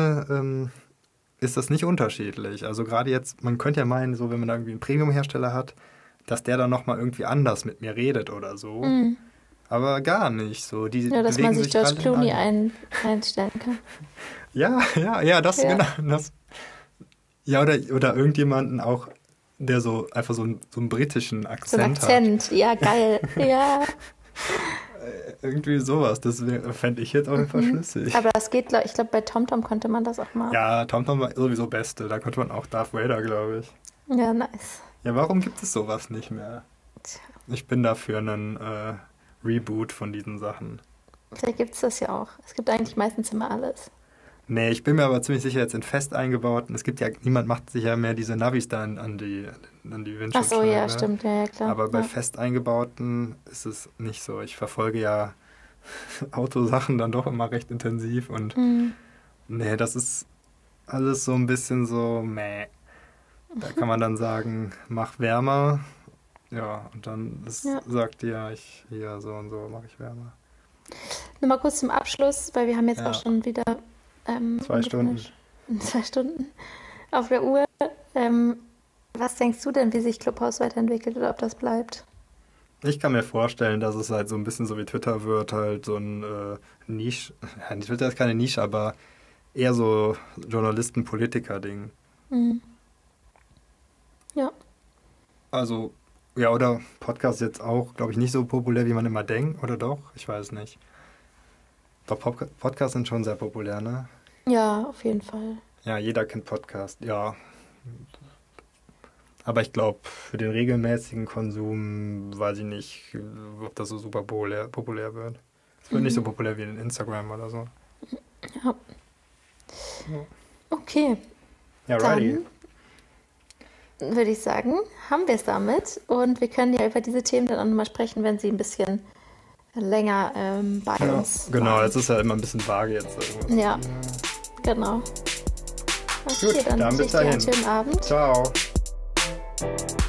ist das nicht unterschiedlich. Also gerade jetzt, man könnte ja meinen, so wenn man da irgendwie einen Premium-Hersteller hat, dass der dann nochmal irgendwie anders mit mir redet oder so. Aber gar nicht so. Die Ja, dass man bewegen sich sich George alle Clooney ein. einstellen kann. Ja, das, Ja. genau. Das, ja, oder irgendjemanden auch, der so einfach so einen britischen So ein Akzent hat. Akzent. Ja, geil. Ja. irgendwie sowas. Das fände ich jetzt auf jeden Fall schlüssig. Aber das geht, ich glaube, bei TomTom konnte man das auch mal. Ja, TomTom war sowieso Beste. Da konnte man auch Darth Vader, glaube ich. Ja, nice. Ja, warum gibt es sowas nicht mehr? Tja, Ich bin dafür einen Reboot von diesen Sachen. vielleicht gibt es das ja auch. Es gibt eigentlich meistens immer alles. Nee, ich bin mir aber ziemlich sicher, jetzt in fest eingebauten, es gibt ja, niemand macht sich ja mehr diese Navis da an die Ach so, ja, Windschutzscheibe. stimmt, ja, klar. Aber bei Ja. fest eingebauten ist es nicht so. Ich verfolge ja Autosachen dann doch immer recht intensiv und nee, das ist alles so ein bisschen so, meh. Da kann man dann sagen, mach wärmer. Ja, und dann Ja. sagt ihr, ich hier so und so mache ich wärmer. Nur mal kurz zum Abschluss, weil wir haben jetzt Ja. auch schon wieder 2 Stunden. 2 Stunden auf der Uhr. Was denkst du denn, wie sich Clubhouse weiterentwickelt oder ob das bleibt? Ich kann mir vorstellen, dass es halt so ein bisschen so wie Twitter wird, halt so ein Nische, ja, Twitter ist keine Nische, aber eher so Journalisten-Politiker-Ding. Mhm. Ja. Also, ja, oder Podcast jetzt auch, glaube ich, nicht so populär, wie man immer denkt, oder doch? Ich weiß nicht. Doch, Podcasts sind schon sehr populär, ne? Ja, auf jeden Fall. Ja, jeder kennt Podcast, ja. Aber ich glaube, für den regelmäßigen Konsum weiß ich nicht, ob das so super populär wird. Es wird nicht so populär wie in Instagram oder so. Ja. Okay, Ja, dann righty. würde ich sagen, haben wir es damit. Und wir können ja über diese Themen dann auch nochmal sprechen, wenn sie ein bisschen länger bei Ja, uns genau, waren. es ist ja immer ein bisschen vage jetzt. Irgendwas. Ja, genau. Okay, Gut, dann dann wünsche bis ich dir einen dahin. schönen Abend. Ciao.